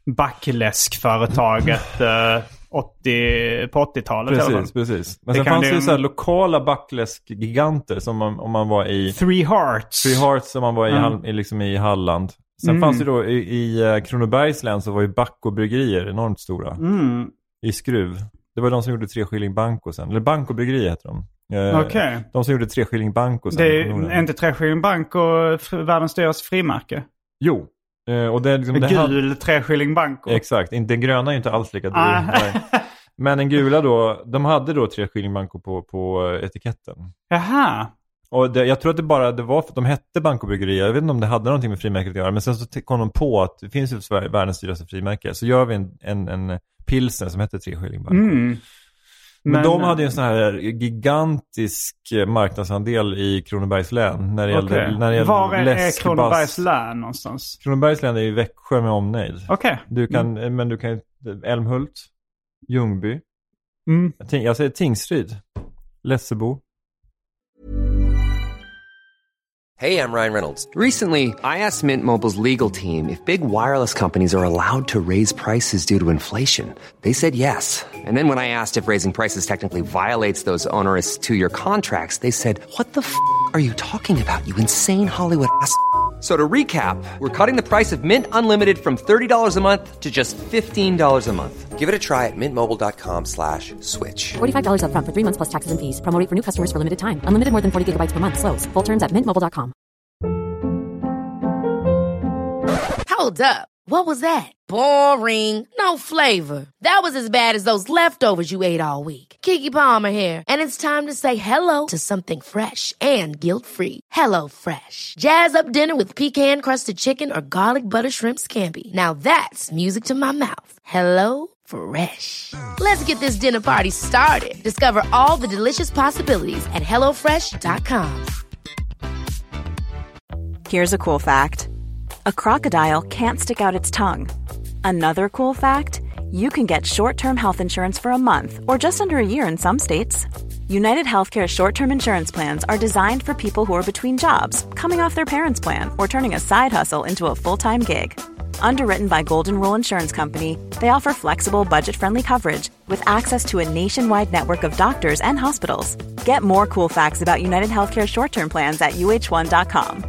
backläskföretaget på 80-talet. Precis. Men sen fanns det ju så här lokala backläskgiganter som om man var i... Three Hearts som man var liksom i Halland. Sen fanns det då i Kronobergs län så var ju Bacco bryggerier enormt stora. I Skruv. Det var de som gjorde 3 Skilling Banco sen. Eller Banco bryggerier heter de. Okay. De som gjorde 3 Skilling Banco sen. Det är inte 3 Skilling Banco världens dyraste frimärke? Jo. Och det är liksom gul 3 Skilling Banco. Exakt. Den gröna är ju inte alls lika dyr. Men den gula då, de hade då 3 Skilling Banco på etiketten. Jaha. Och jag tror att det var för att de hette Banco-bryggerier. Jag vet inte om det hade någonting med frimärket att göra. Men sen så kom de på att det finns ju världens dyraste frimärke. Så gör vi en pilsner som heter 3 Skilling Banco. Men de hade ju en sån här gigantisk marknadsandel i Kronobergs län. När det gällde var är Kronobergs län någonstans? Kronobergs län är ju Växjö med omnejd. Okej. Men du kan Älmhult, Ljungby. Jag säger Tingsryd, Lessebo. Hey, I'm Ryan Reynolds. Recently, I asked Mint Mobile's legal team if big wireless companies are allowed to raise prices due to inflation. They said yes. And then when I asked if raising prices technically violates those onerous 2-year contracts, they said, "What the f*** are you talking about, you insane Hollywood ass?" So to recap, we're cutting the price of Mint Unlimited from $30 a month to just $15 a month. Give it a try at mintmobile.com/switch. $45 up front for 3 months plus taxes and fees. Promo rate for new customers for limited time. Unlimited more than 40 gigabytes per month. Slows full terms at mintmobile.com. Hold up. What was that? Boring. No flavor. That was as bad as those leftovers you ate all week. Keke Palmer here. And it's time to say hello to something fresh and guilt-free. Hello Fresh. Jazz up dinner with pecan-crusted chicken or garlic butter shrimp scampi. Now that's music to my mouth. Hello Fresh. Let's get this dinner party started. Discover all the delicious possibilities at hellofresh.com. Here's a cool fact. A crocodile can't stick out its tongue. Another cool fact, you can get short-term health insurance for a month or just under a year in some states. United Healthcare short-term insurance plans are designed for people who are between jobs, coming off their parents' plan, or turning a side hustle into a full-time gig. Underwritten by Golden Rule Insurance Company, they offer flexible, budget-friendly coverage with access to a nationwide network of doctors and hospitals. Get more cool facts about United Healthcare short-term plans at uh1.com.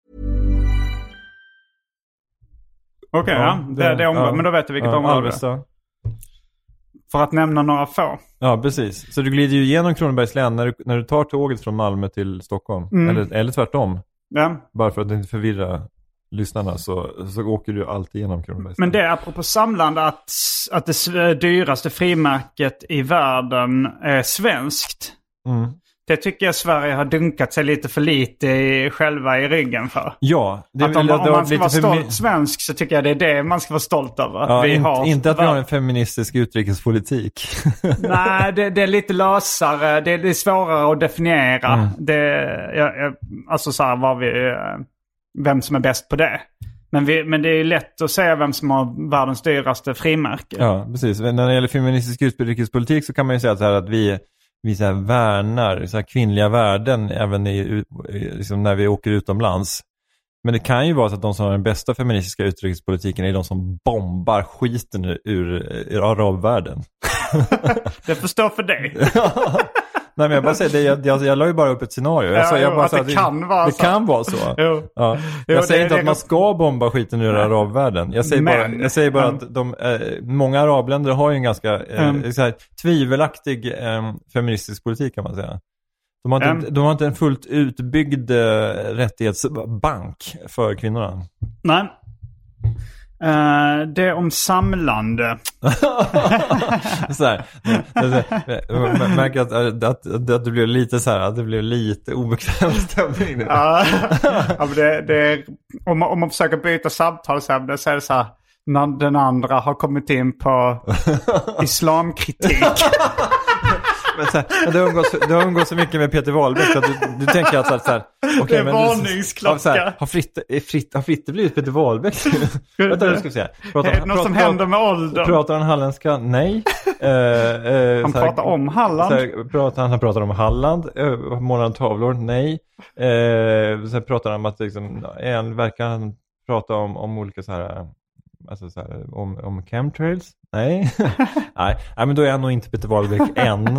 Okej, det är området. Men då vet du vilket område. Alvesta. För att nämna några få. Ja, precis. Så du glider ju igenom Kronobergs län när du tar tåget från Malmö till Stockholm. Eller tvärtom. Ja. Bara för att inte förvirra lyssnarna så åker du alltid igenom Kronobergs län. Men det är apropå samlande att det dyraste frimärket i världen är svenskt. Mm. Det tycker jag Sverige har dunkat sig lite för lite själva i ryggen för. Ja. Om man ska vara stolt svensk så tycker jag det är det man ska vara stolt över. Ja, inte att vi har en feministisk utrikespolitik. Nej, det är lite lösare. Det är svårare att definiera. Alltså så här, vem som är bäst på det. Men det är lätt att säga vem som har världens dyraste frimärke. Ja, precis. När det gäller feministisk utrikespolitik så kan man ju säga så här att vi så här värnar så här kvinnliga värden även liksom när vi åker utomlands. Men det kan ju vara så att de som har den bästa feministiska utrikespolitiken är de som bombar skiten ur arabvärlden. Det förstår för dig. Nej, men jag bara säger det, jag la ju bara upp ett scenario. Jag bara det kan vara så. Ja. Jag säger inte att man ska bomba skiten ur arabvärlden. Jag säger bara att många arabländer har ju en ganska så här, tvivelaktig feministisk politik kan man säga. De har inte en fullt utbyggd rättighetsbank för kvinnorna. Nej. Det om samlande. Så här, jag märker att det blev lite så här, att det blev lite obekväm stämning nu. Ja, men om man försöker byta samtalsämne så är det så här, när den andra har kommit in på islamkritik. Men så här, du umgås så mycket med Peter Wahlbeck att du tänker att så här det är varningsklocka. Har Fritte blivit Peter Wahlbeck? Vänta, du ska se. Är det något som händer med åldern? Pratar han halländska? Nej. Han pratar om Halland. Han pratar om Halland. Målar han tavlor? Nej. Sen pratar han om att liksom, verkar han prata om olika så här... Alltså så här, om chemtrails? Nej. Nej, men då är han nog inte Peter Wahlbeck än.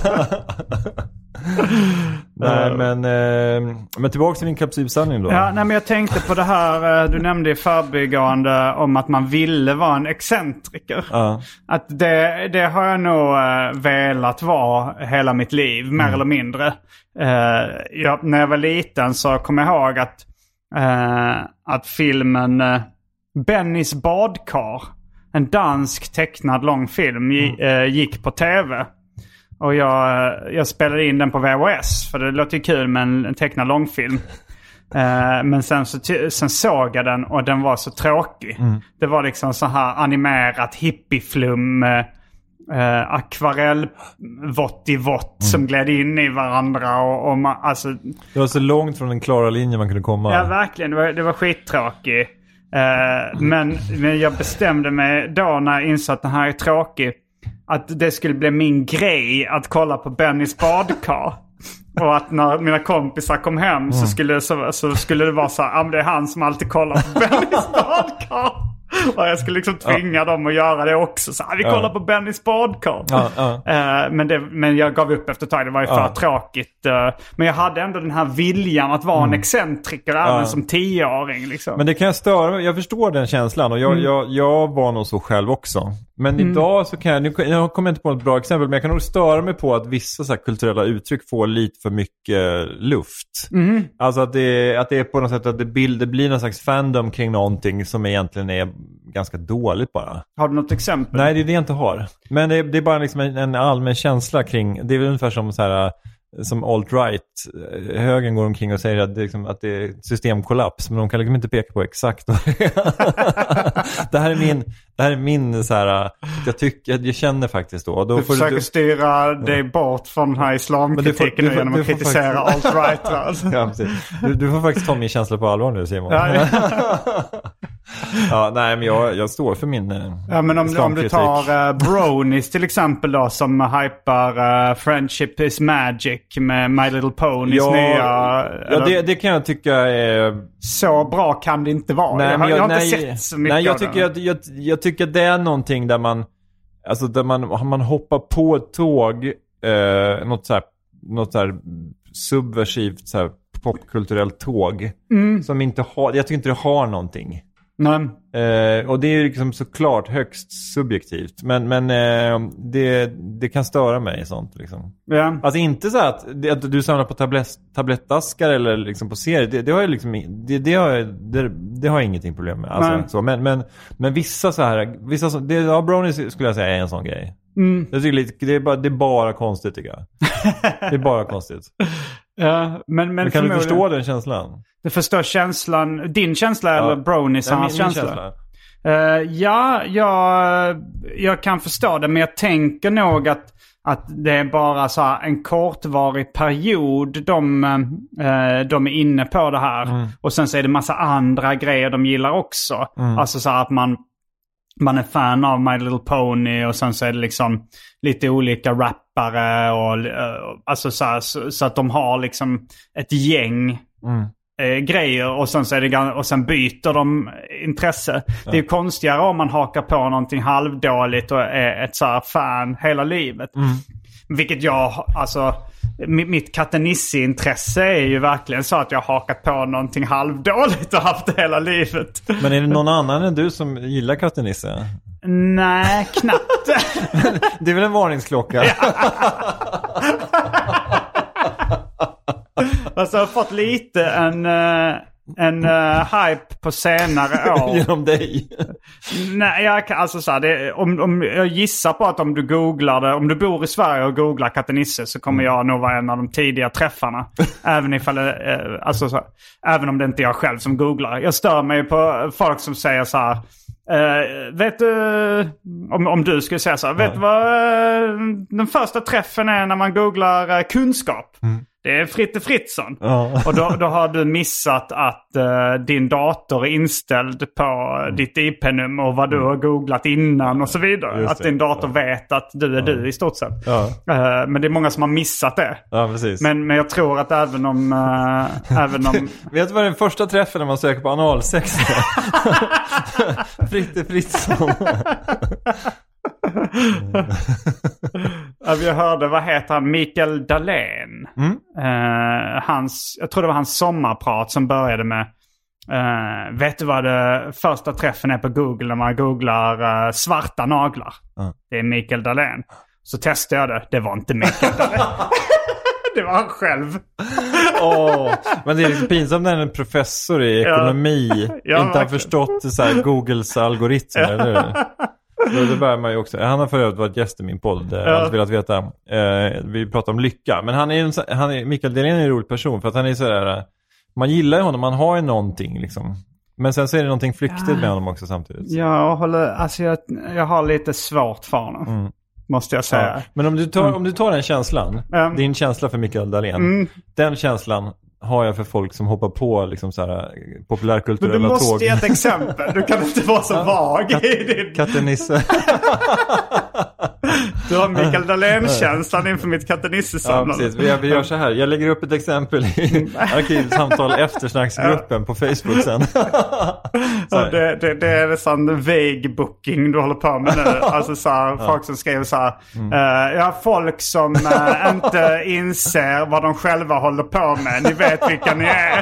Nej, men tillbaka till din kapsylsanning då. Ja, men jag tänkte på det här du nämnde i förbigående om att man ville vara en excentriker. Att det har jag nog velat vara hela mitt liv, mer eller mindre. När jag var liten så kom jag ihåg att filmen Bennys badkar, en dansk tecknad långfilm, gick på tv. Och jag spelade in den på VHS för det låter ju kul med en tecknad långfilm. Men sen såg jag den och den var så tråkig. Det var liksom så här animerat hippieflum, akvarellvott i vott som gled in i varandra och alltså, det var så långt från den klara linjen man kunde komma. Ja, verkligen. Det var skittråkigt. Men jag bestämde mig då när jag insåg att den här är tråkig att det skulle bli min grej att kolla på Bennys badkar. Och att när mina kompisar kom hem så skulle det vara så här, det är han som alltid kollar på Bennys badkar. Och jag skulle liksom tvinga dem att göra det också. Så vi kollar på Bennys badkar. Men jag gav upp efter ett tag. Det var ju för tråkigt. Men jag hade ändå den här viljan att vara en excentriker även som 10-åring. Liksom. Men det kan jag störa. Jag förstår den känslan. Och jag var nog så själv också. Men idag så kan jag kommer inte på ett bra exempel, men jag kan nog störa mig på att vissa så här kulturella uttryck får lite för mycket luft. Alltså att det är på något sätt att det blir någon slags fandom kring någonting som egentligen är ganska dåligt bara. Har du något exempel? Nej, det är det jag inte har. Men det är bara liksom en allmän känsla kring, det är väl ungefär som så här, som alt-right högern går omkring och säger att det, liksom, att det är systemkollaps, men de kan liksom inte peka på exakt. Det här Det här är min så här, jag känner faktiskt då. Du försöker styra dig bort från den här islamkritiken nu genom att kritisera alt-right. Ja, precis. Du får faktiskt ta min känsla på allvar nu, Simon. Ja, nej, men jag står för min men om du tar Bronies till exempel då, som hypar Friendship is Magic med My Little Ponys nya... Ja, det kan jag tycka är... Så bra kan det inte vara. Jag har inte sett så mycket jag tycker det är någonting där man... Alltså där man hoppar på ett tåg, något så här subversivt så här popkulturellt tåg som inte har... Jag tycker inte det har någonting. Nej. Och det är liksom såklart högst subjektivt, men det kan störa mig sånt liksom. Yeah. Alltså inte så att du samlar på tablettaskar eller liksom på serier, det har jag liksom det har jag ingenting problem med alltså, så, men vissa så här Brownies skulle jag säga är en sån grej. Jag tycker det är bara konstigt tycker jag. Det är bara konstigt. Ja, men kan du förstå den känslan? Du förstår känslan, din känsla eller Bronies hans känsla? Jag kan förstå det, men jag tänker nog att det är bara så här en kortvarig period de är inne på det här. Och sen så är det massa andra grejer de gillar också. Alltså så här att man är fan av My Little Pony och sen så är det liksom lite olika rappare och alltså så att de har liksom ett gäng grejer och sen så är det, och sen byter de intresse. Det är ju konstigare om man hakar på någonting halvdåligt och är ett så här fan hela livet. Vilket mitt Katte-Nisse-intresse är ju verkligen så att jag har hakat på någonting halvdåligt och haft det hela livet. Men är det någon annan än du som gillar Katte-Nisse? Nej, knappt. Det är väl en varningsklocka? Alltså jag har fått lite en hype på senare år. Genom dig? Nej, om jag gissar på att om du googlar det, om du bor i Sverige och googlar Katte-Nisse så kommer jag nog vara en av de tidiga träffarna. Även om det inte är jag själv som googlar. Jag stör mig på folk som säger så här. Vet du, om du skulle säga så här, vet du vad den första träffen är när man googlar kunskap? Det är Fritte Fritzson. Och då har du missat att din dator är inställd på ditt IP-nummer och vad du har googlat innan och så vidare. Att din dator vet att du är du i stort sett. Men det är många som har missat det. Ja, precis. Men jag tror att även om vet du vad den första träffen när man söker på analsex? Fritte Fritzson. Jag hörde, vad heter han? Mikael Dahlén. Jag tror det var hans sommarprat som började med vet du vad det första träffen är på Google när man googlar svarta naglar? Det är Mikael Dahlén. Så testade jag det. Det var inte Mikael Dahlén. Det var han själv. Men det är lite pinsamt när en professor i ekonomi inte har förstått så här Googles algoritmer, eller? Det börjar man ju också. Han har för övrigt varit gäst i min podd. Allt velat veta. Vi pratar om lycka. Men Mikael Dahlén är en rolig person. För att han är sådär. Man gillar honom. Man har ju någonting liksom. Men sen så är det någonting flyktigt med honom också samtidigt. Jag har lite svårt för honom. Måste jag säga. Ja. Men om du tar den känslan. Din känsla för Mikael Dahlén. Den känslan har jag för folk som hoppar på liksom så här populärkulturella tåg. Men du måste ge ett exempel. Du kan inte vara så vag i din... Katte-Nisse. Du har Mikael Dahlén-känslan inför mitt Katte-Nisse-samlande. Ja, precis. Vi gör så här. Jag lägger upp ett exempel i Arkivsamtal eftersnacksgruppen på Facebook sen. Det är en sån vague booking du håller på med nu. Alltså så här, folk som skriver så här. Folk som inte inser vad de själva håller på med. Ni vet vilka ni är.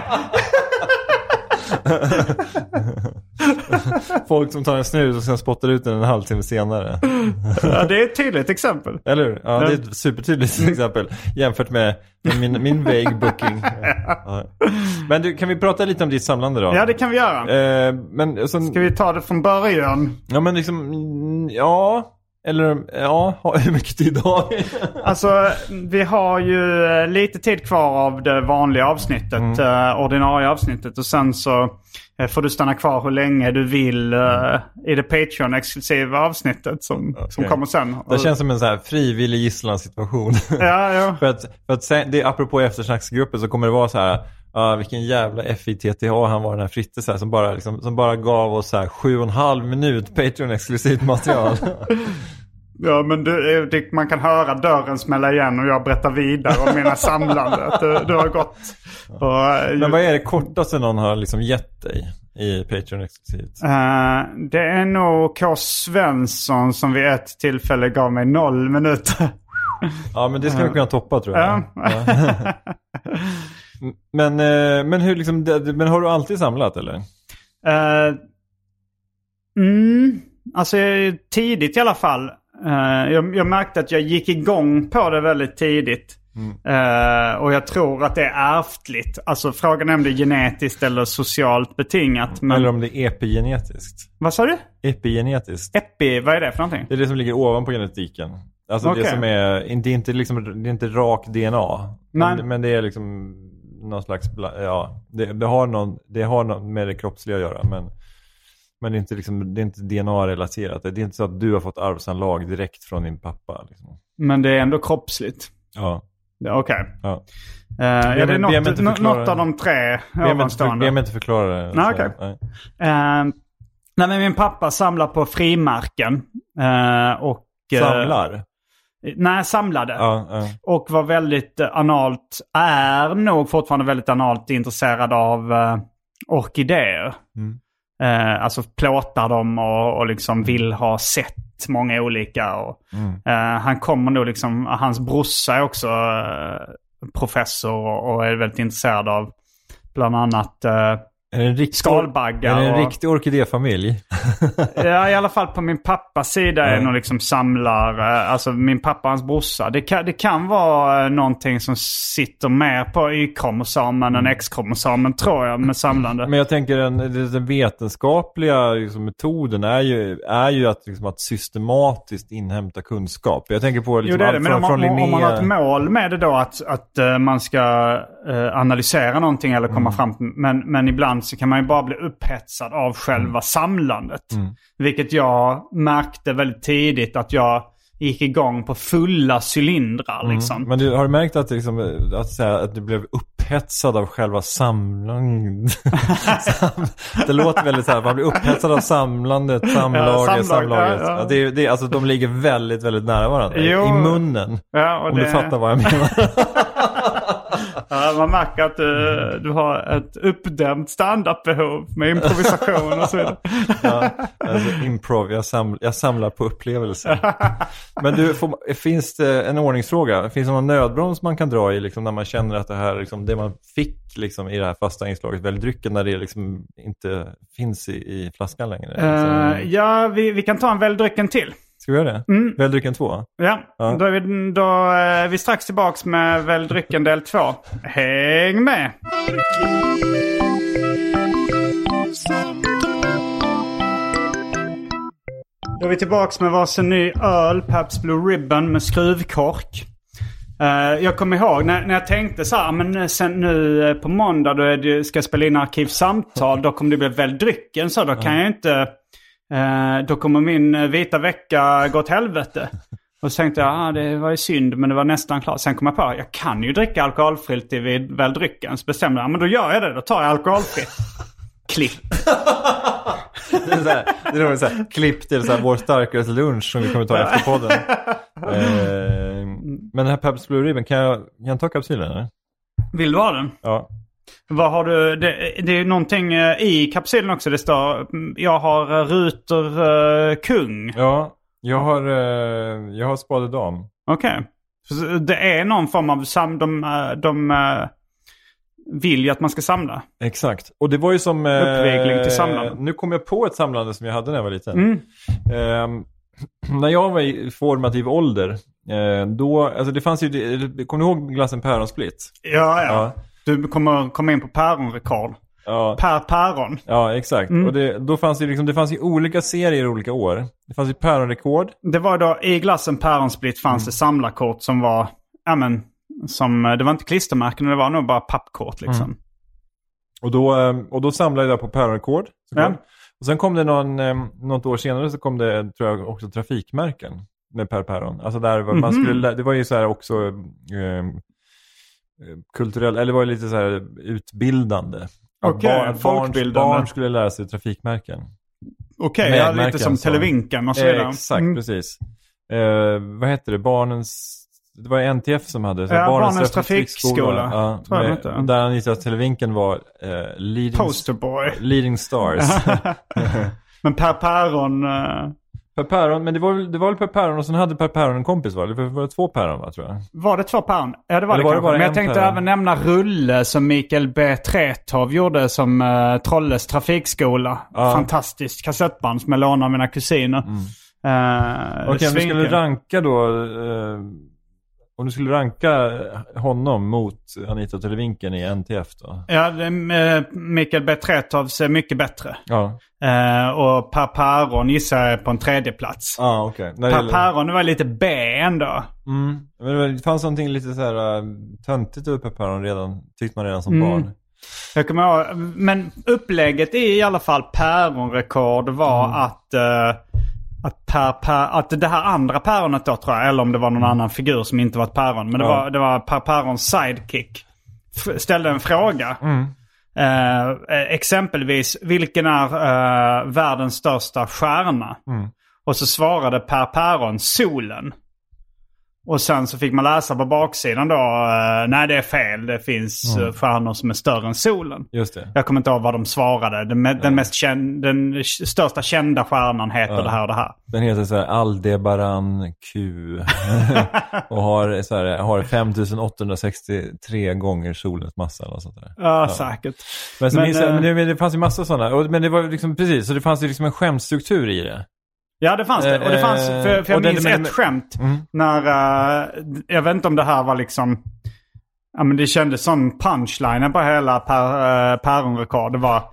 Folk som tar en snus och sen spottar ut den en halvtimme senare. Ja, det är ett tydligt exempel. Eller hur? Ja, det är ett supertydligt exempel jämfört med min vague booking. Ja. Men du, kan vi prata lite om ditt samlande då? Ja, det kan vi göra. Men sen, ska vi ta det från början? Ja, men liksom, ja. Eller, ja, hur mycket tid har vi? Alltså, vi har ju lite tid kvar av det vanliga avsnittet, ordinarie avsnittet. Och sen så får du stanna kvar hur länge du vill i det Patreon-exklusiva avsnittet som kommer sen. Det känns som en så här frivillig gisslansituation. Ja. för att sen, det, apropå eftersnacksgruppen så kommer det vara så här... vilken jävla FITTH han var, den här Fritte så här, som bara gav oss så här 7,5 minut Patreon-exklusivt material. Ja, men man kan höra dörren smälla igen och jag berättar vidare om mina samlande. Att du har gått. Men vad är det kortaste någon har liksom gett dig i Patreon-exklusivt? Det är nog K. Svensson som vid ett tillfälle gav mig 0 minuter. Ja, men det ska vi kunna toppa, tror jag. Ja. Men hur liksom, men har du alltid samlat eller? Alltså tidigt i alla fall. Jag märkte att jag gick igång på det väldigt tidigt. Och jag tror att det är ärftligt. Alltså frågan är om det är genetiskt eller socialt betingat. Men... Eller om det är epigenetiskt. Vad sa du? Epigenetiskt. Vad är det för någonting? Det är det som ligger ovanpå genetiken. Alltså det som är, det är inte rak DNA. Men det är liksom någon slags, ja, det har någon med det kroppsliga att göra, men det är inte liksom, det är inte DNA-relaterat. Det är inte så att du har fått arvsanlag direkt från din pappa liksom. Men det är ändå kroppsligt. Ja. Okej. Ja. Är det något av de tre ovanstående? Jag inte förklara det. Nej, okej. Nej, men min pappa samlar på frimärken. Och samlar? Nej, samlade. Ja. Och var väldigt är nog fortfarande väldigt analt intresserad av orkidéer. Alltså plåtar dem och liksom vill ha sett många olika. Och, han kommer nog liksom, hans brorsa är också professor och är väldigt intresserad av bland annat skalbaggar. Är det en riktig orkidéfamilj? Ja, i alla fall på min pappas sida är nog liksom samlar, alltså min pappa och hans brorsa. Det kan vara någonting som sitter mer på Y-kromosomen än X-kromosomen, tror jag, med samlande. Men jag tänker den vetenskapliga liksom, metoden är ju att, liksom, att systematiskt inhämta kunskap. Jag tänker på liksom, jo, det, men om man har ett mål med det då att man ska analysera någonting eller komma fram, men ibland så kan man ju bara bli upphetsad av själva samlandet. Vilket jag märkte väldigt tidigt att jag gick igång på fulla cylindrar. Liksom. Men har du märkt att, liksom, att du blev upphetsad av själva samlandet? Det låter väldigt så här, man blir upphetsad av samlandet, samlaget. Ja. Det, alltså, de ligger väldigt, väldigt nära varandra. I munnen. Ja, om du fattar vad jag menar. Ja, man märker att du har ett uppdämt stand-up-behov med improvisation och så vidare. Ja, alltså improv, jag samlar på upplevelser. Men finns det en ordningsfråga? Finns det någon nödbroms man kan dra i liksom, när man känner att det här, liksom, det man fick liksom, i det här fasta inslaget, väl drycken, när det liksom, inte finns i flaskan längre? Ja, vi kan ta en väldrycken till. Ska vi göra det? Väldrycken 2? Ja. Då är vi strax tillbaks med väldrycken del 2. Häng med! Då är vi tillbaks med varsin ny öl, Pabst Blue Ribbon med skruvkork. Jag kommer ihåg när jag tänkte så här, men sen nu på måndag då ska jag spela in arkivsamtal, då kommer det bli väldrycken, så då kan jag inte... då kommer min vita vecka gå åt helvete. Och så tänkte jag, det var ju synd, men det var nästan klart. Sen kom jag på, jag kan ju dricka alkoholfritt vid väldrycken. Så bestämde jag, men då gör jag det, då tar jag alkoholfritt. Klipp. Det är så här, klipp till så här, vår starkaste lunch som vi kommer ta efter podden. Men den här Pabst Blue Ribbon, kan jag ta kapsylen eller? Vill du ha den? Ja. Vad har du? Det är någonting i kapsylen också. Det står, jag har Ruter kung. Ja, jag har Spade dam. Okej. Det är någon form av de vill ju att man ska samla. Exakt. Och det var ju som uppvigling till samlande. Nu kom jag på ett samlande som jag hade när jag var liten. När jag var i formativ ålder, då, alltså det fanns ju, kommer du ihåg glassen Päronsplitt? Ja. Du kommer komma in på päronrekord. Per päron. Ja, exakt. Och då fanns det fanns ju olika serier i olika år. Det fanns ju päronrekord. Det var då i glassen päronsplitt fanns det samlarkort som var, det var inte klistermärken, det var nog bara pappkort liksom. Och då samlade jag på päronrekord. Och sen kom det något år senare så kom det, tror jag, också trafikmärken med per päron. Alltså där man skulle, det var ju så här också kulturell, eller det var ju lite så här utbildande. Barn skulle lära sig trafikmärken. Okej, lite som Televinken och så vidare. Exakt, precis. Vad heter det? Det var NTF som hade. Så Barnens trafikskola. Ja, där Anita Televinken var leading stars. Men Per Päron... Per Päron, men det var väl Per Päron och sen hade Per Päron en kompis, va? Det var 2 päron, va, tror jag. Var det 2 päron? Ja, det var det men jag tänkte även nämna Rulle som Mikael B. Tretow gjorde som Trolles trafikskola. Fantastiskt kassettband som jag lånade av mina kusiner. Okej, om du skulle ranka då... Om du skulle ranka honom mot Anita Televinken i NTF då? Ja, Mikael B. Tretows är mycket bättre. Ja. Och Per Päron gissar jag på en 3:e plats. Okay. Per Päron var lite B ändå. Men det fanns någonting lite så här töntigt över Per Päron tyckte man redan som barn. Jag kommer ihåg, men upplägget i alla fall päronrekord var att det här andra päronet då, tror jag, eller om det var någon annan figur som inte var ett päron, men det var Per Pärons sidekick ställde en fråga. Exempelvis, vilken är världens största stjärna? Och så svarade Per Päron solen. Och sen så fick man läsa på baksidan då, nej, det är fel, det finns stjärnor som är större än solen. Just det. Jag kommer inte ihåg vad de svarade. Den största kända stjärnan heter det här och det här. Den heter så här Aldebaran Q och har 5863 gånger solens massa eller sånt där. Ja, säkert. Men det fanns ju massa sådana, men det var liksom precis, så det fanns ju liksom en skämtstruktur i det. Ja, det fanns det. Och det fanns, för jag minns ett skämt när, jag vet inte om det här var liksom, ja, men det kändes som punchlinen på hela päronrekord. Det var,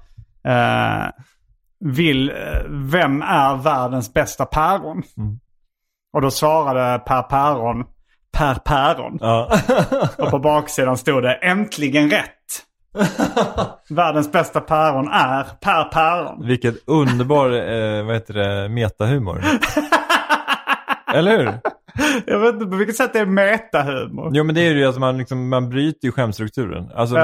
vem är världens bästa päron? Och då svarade Per Päron. Ja. Och på baksidan stod det, äntligen rätt. Världens bästa päron är Per Päron. Vilket underbar metahumor. Eller hur? Jag vet inte på vilket sätt det är metahumor. Jo, men det är ju att man bryter ju skämstrukturen. Alltså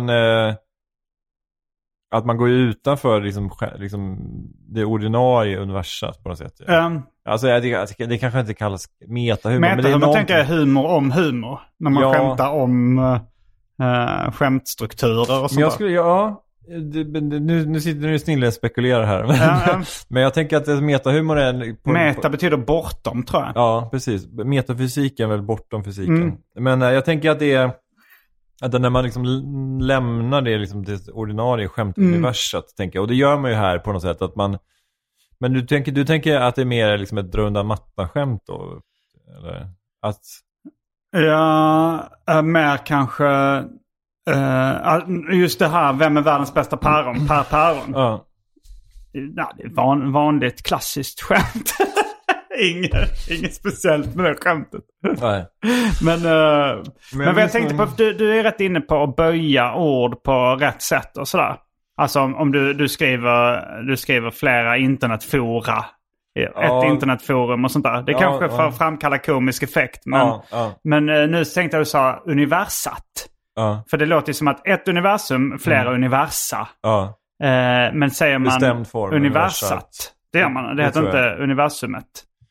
att man går utanför liksom det ordinarie universat på något sätt. Alltså det kanske inte kallas metahumor. Metahumor, men tänker jag humor om humor. När man skämtar om skämtstrukturer och sånt. Nu sitter du snille och spekulerar här. Men jag tänker att metahumor är... Meta betyder bortom, tror jag. Ja, precis. Metafysiken är väl bortom fysiken. Men jag tänker att det är... Att när man liksom lämnar det, liksom det ordinarie skämtuniversat, tänker jag. Och det gör man ju här på något sätt. Att man... Men du tänker att det är mer liksom ett dra undan mattan-skämt då? Eller att... Ja, mer kanske just det här, vem är världens bästa päron? Per Päron. Ja, det är vanligt klassiskt skämt. Inget speciellt med det skämtet. Nej. Men vad jag tänkte på, du är rätt inne på att böja ord på rätt sätt och sådär. Alltså om du skriver flera internetfora, ett internetforum och sånt där. Det kanske för att framkalla komisk effekt. Men nu tänkte jag sa universat. För det låter ju som att ett universum, flera universa. Men säger man universat, det gör man. Det heter inte universumet.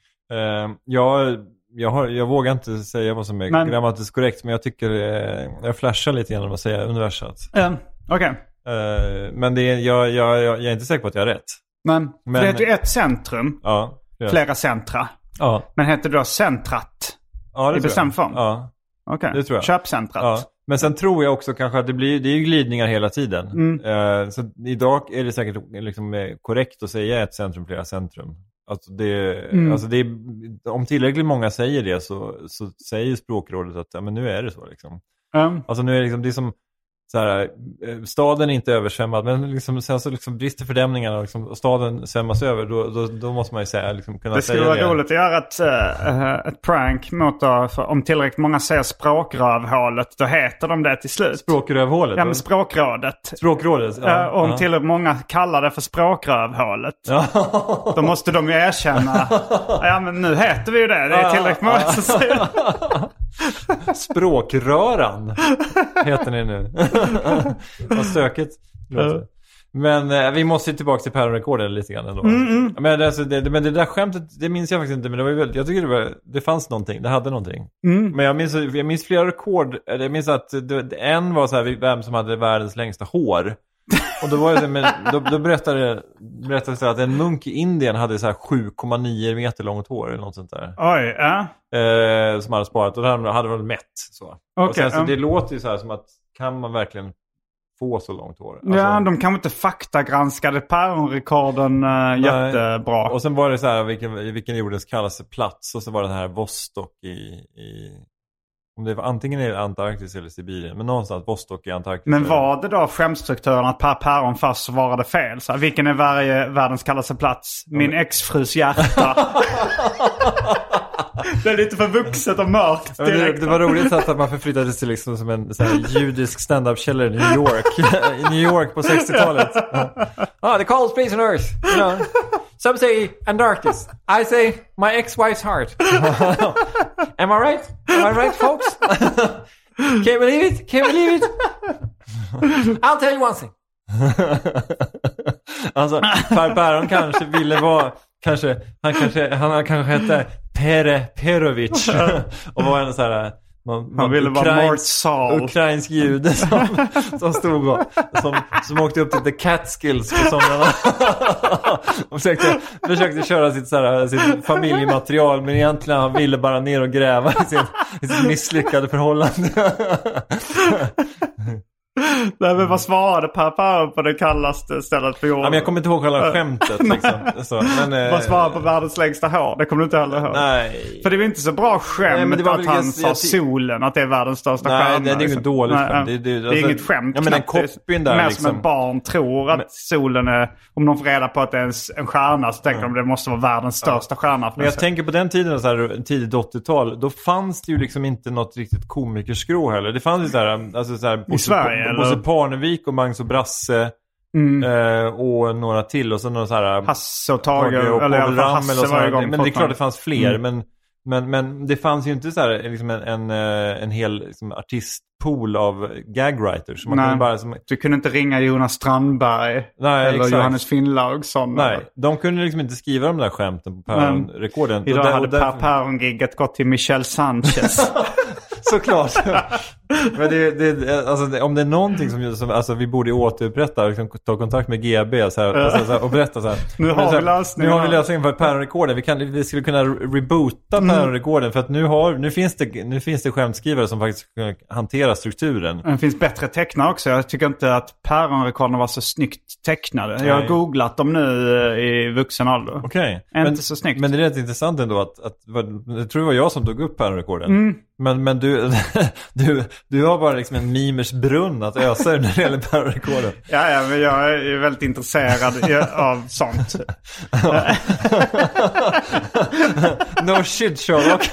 Jag vågar inte säga vad som är grammatiskt korrekt, men jag tycker jag flashar lite genom att säga universat. Okej. Men jag är inte säker på att jag har rätt. Men det heter ju ett centrum, flera centra. Men heter det då centrat i bestämd form? Ja, okej. Det tror jag. Köpcentrat. Ja. Men sen tror jag också kanske att det är ju glidningar hela tiden. Så idag är det säkert liksom korrekt att säga ett centrum, flera centrum. Alltså om tillräckligt många säger det så säger språkrådet att men nu är det så liksom. Alltså nu är det liksom, det är som så här, staden är inte översvämmad, men liksom, sen så liksom brister fördämningarna liksom, och staden svämmas över, då måste man ju säga, liksom, kunna det säga skulle vara roligt att göra ett prank mot om tillräckligt många säger språkrövhålet, då heter de det till slut. Språkrövhålet? Ja, men språkrådet. Språkrådet, ja. Om tillräckligt många kallar det för språkrövhålet, då måste de ju erkänna, ja men nu heter vi ju det är tillräckligt många som säger. Språkröran heter ni nu. Vad stökigt. Men vi måste ju tillbaka till päronrekorden lite grann ändå. Men, alltså, men det där skämtet, det minns jag faktiskt inte. Men det var väldigt, jag tycker det fanns någonting. Det hade någonting. Men jag minns flera rekord. Jag minns att en var så här, vem som hade världens längsta hår. Och då var det, men då berättades det att en munk i Indien hade så här 7,9 meter långt hår eller något sånt där. Oj, ja. Som hade sparat, och då hade de mätt så. Okay, och sen, så det låter ju så här som att kan man verkligen få så långt hår? Alltså, ja, de kan inte faktagranskade päronrekorden jättebra. Och sen var det så här vilken jordens kallaste plats, och så var det här Vostok i om det var antingen i Antarktis eller Sibirien, men någonstans Vostok i Antarktis. Men var det då skämtstrukturen att per päron fast svarade fel? Så här, vilken är världens kallaste plats? Min exfrus hjärta. Det är lite för vuxet och mörkt. Det var roligt att man förflyttades till liksom som en så här judisk stand-up-källare i New York. I New York på 60-talet. The coldest place on earth. You know. Some say Antarctis. I say my ex-wife's heart. Am I right? Am I right, folks? Can't believe it? Can't believe it? I'll tell you one thing. Alltså, Per Päron kanske ville vara... Han kanske hette Pere Perovic och var en så här han ville vara ukrainsk jude som stod och som åkte upp till The Catskills på somrarna och försökte köra sitt familjematerial, men egentligen han ville bara ner och gräva i sitt misslyckade förhållande. Nej, men vad svarade Per på det kallaste stället på jorden? Ja, men jag kommer inte ihåg själva skämtet liksom. Så, men, vad svarade på världens längsta hår? Det kommer du inte heller ihåg. Nej. För det var inte så bra skämt att han sa solen, att det är världens största stjärna. Nej, det är inget dåligt skämt. Det är inget skämt. Ja, men den koppin där mer liksom. som ett barn tror att solen är, om de får reda på att det är en stjärna, så tänker de att det måste vara världens största stjärna. Men jag tänker på den tiden, så här, tidigt 80-tal, då fanns det ju liksom inte något riktigt komikerskrå heller. Det fanns ju så här, alltså så här, i Sverige, Bosse Parnevik och Magnus och Brasse och några till, och så några så här Hasse och Tage eller Hasse och varje gång. men det är klart det fanns fler, men det fanns ju inte så här liksom en hel liksom, artistpool av gagwriters. Du kunde inte ringa Jonas Strandberg eller exakt. Johannes Finnlaugsson. Nej, de kunde liksom inte skriva de där skämten på Päron-rekorden. Idag hade Per Päron-gigget gått till Michel Sanchez. Såklart. Men alltså, om det är någonting som alltså, vi borde återupprätta, liksom, ta kontakt med GB så här, och berätta så här. Nu har vi lösningen för Päron-rekorden. Vi skulle kunna reboota Päron-rekorden, för att nu finns det skämtskrivare som faktiskt kan hantera strukturen. Det finns bättre tecknare också. Jag tycker inte att Päron-rekorden var så snyggt tecknade. Nej. Jag har googlat dem nu i vuxen ålder. Okej. Inte så snyggt. Men det är rätt intressant ändå att jag tror det var jag som tog upp Päron-rekorden. Men du har bara liksom en mimers brunn att ösa när det gäller Päron-rekorden. Ja, men jag är väldigt intresserad av sånt. No shit, Sherlock.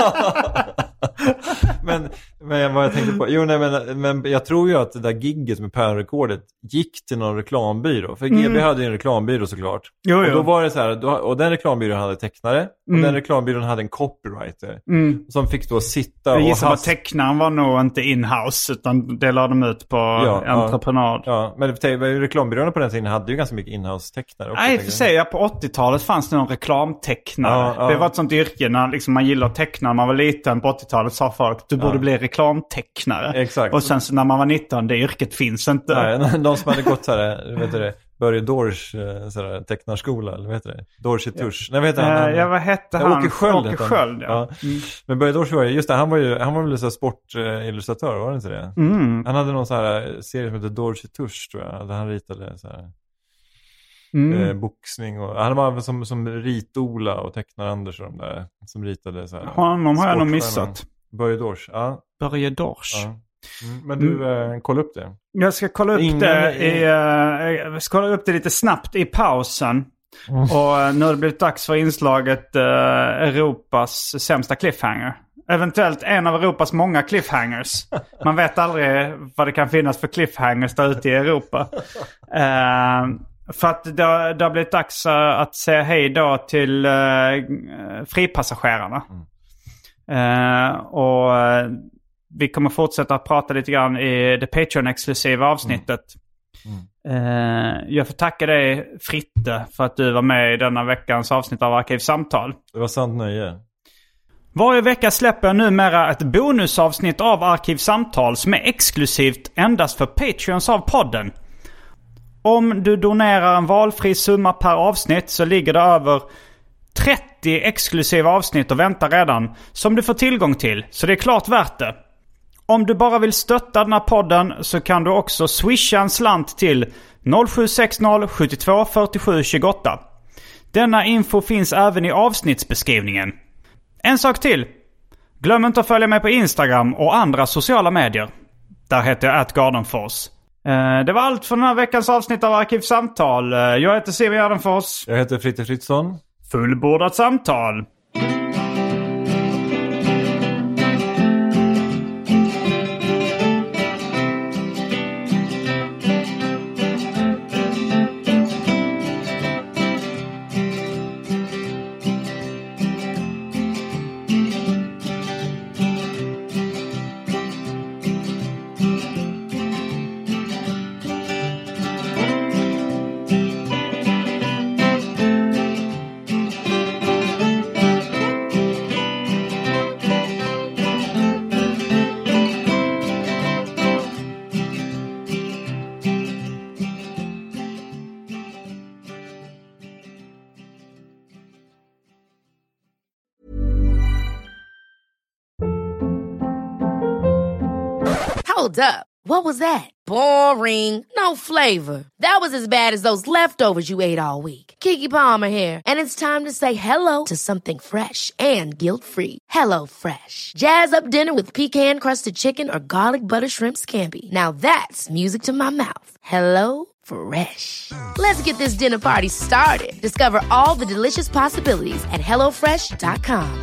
men vad jag tänkte på, men jag tror ju att det där gigget med Päron-rekordet gick till någon reklambyrå, för GB hade ju en reklambyrå såklart. Och då var det så här, och den reklambyrån hade tecknare och den reklambyrån hade en copywriter som fick då sitta och gissar att tecknaren var nog inte in-house, utan det lade de ut på entreprenad. Ja, men reklambyråerna på den tiden hade ju ganska mycket in-house-tecknare också. Nej, för sig, på 80-talet fanns det någon reklamtecknare. Det var ett sånt yrke när liksom man gillade att teckna. När man var liten på 80-talet sa folk, du borde bli reklamtecknare. Exakt. Och sen så när man var 19, det yrket finns inte. Nej, de som hade gått så här, vet du det, Börje Dors tecknarskola, eller vad heter det? Dors i Tusch. Nej, vad heter han? Vad hette han? Åke Sköld, ja. Men Börje Dors var ju, just det, han var väl så sportillustratör, var det inte det? Han hade någon så här serie som heter Dors i Tusch, tror jag, där han ritade så här boxning, och han var som ritola och tecknar Anders och de där som ritade så här. Honom har jag nog missat. Börje Dors, ja. Börje Dors. Ja. Men du, kolla upp det. Jag ska kolla upp jag ska kolla upp det lite snabbt i pausen. Och nu har det blivit dags för inslaget Europas sämsta cliffhanger. Eventuellt en av Europas många cliffhangers. Man vet aldrig vad det kan finnas för cliffhangers där ute i Europa. För att det har blivit dags att säga hej då till fripassagerarna. Och vi kommer fortsätta att prata lite grann i det Patreon-exklusiva avsnittet. Jag får tacka dig, Fritte, för att du var med i denna veckans avsnitt av Arkivsamtal. Det var sant nöje. Varje vecka släpper jag numera ett bonusavsnitt av Arkivsamtal som är exklusivt endast för Patreons av podden. Om du donerar en valfri summa per avsnitt så ligger det över 30 exklusiva avsnitt och väntar redan som du får tillgång till, så det är klart värt det. Om du bara vill stötta den här podden så kan du också swisha en slant till 0760 72 47 28. Denna info finns även i avsnittsbeskrivningen. En sak till. Glöm inte att följa mig på Instagram och andra sociala medier. Där heter jag @Gardenfors. Det var allt för den här veckans avsnitt av Arkivsamtal. Jag heter Simon Gardenfors. Jag heter Fritte Fritzson. Fullbordat samtal. Hold up. What was that? Boring. No flavor. That was as bad as those leftovers you ate all week. Keke Palmer here, and it's time to say hello to something fresh and guilt-free. Hello Fresh. Jazz up dinner with pecan-crusted chicken or garlic butter shrimp scampi. Now that's music to my mouth. Hello Fresh. Let's get this dinner party started. Discover all the delicious possibilities at hellofresh.com.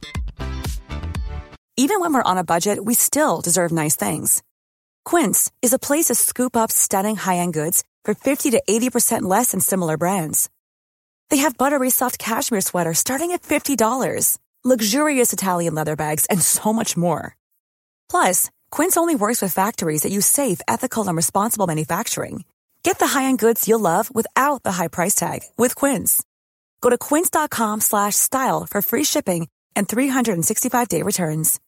Even when we're on a budget, we still deserve nice things. Quince is a place to scoop up stunning high-end goods for 50 to 80% less than similar brands. They have buttery soft cashmere sweaters starting at $50, luxurious Italian leather bags, and so much more. Plus, Quince only works with factories that use safe, ethical, and responsible manufacturing. Get the high-end goods you'll love without the high price tag with Quince. Go to quince.com/style for free shipping and 365-day returns.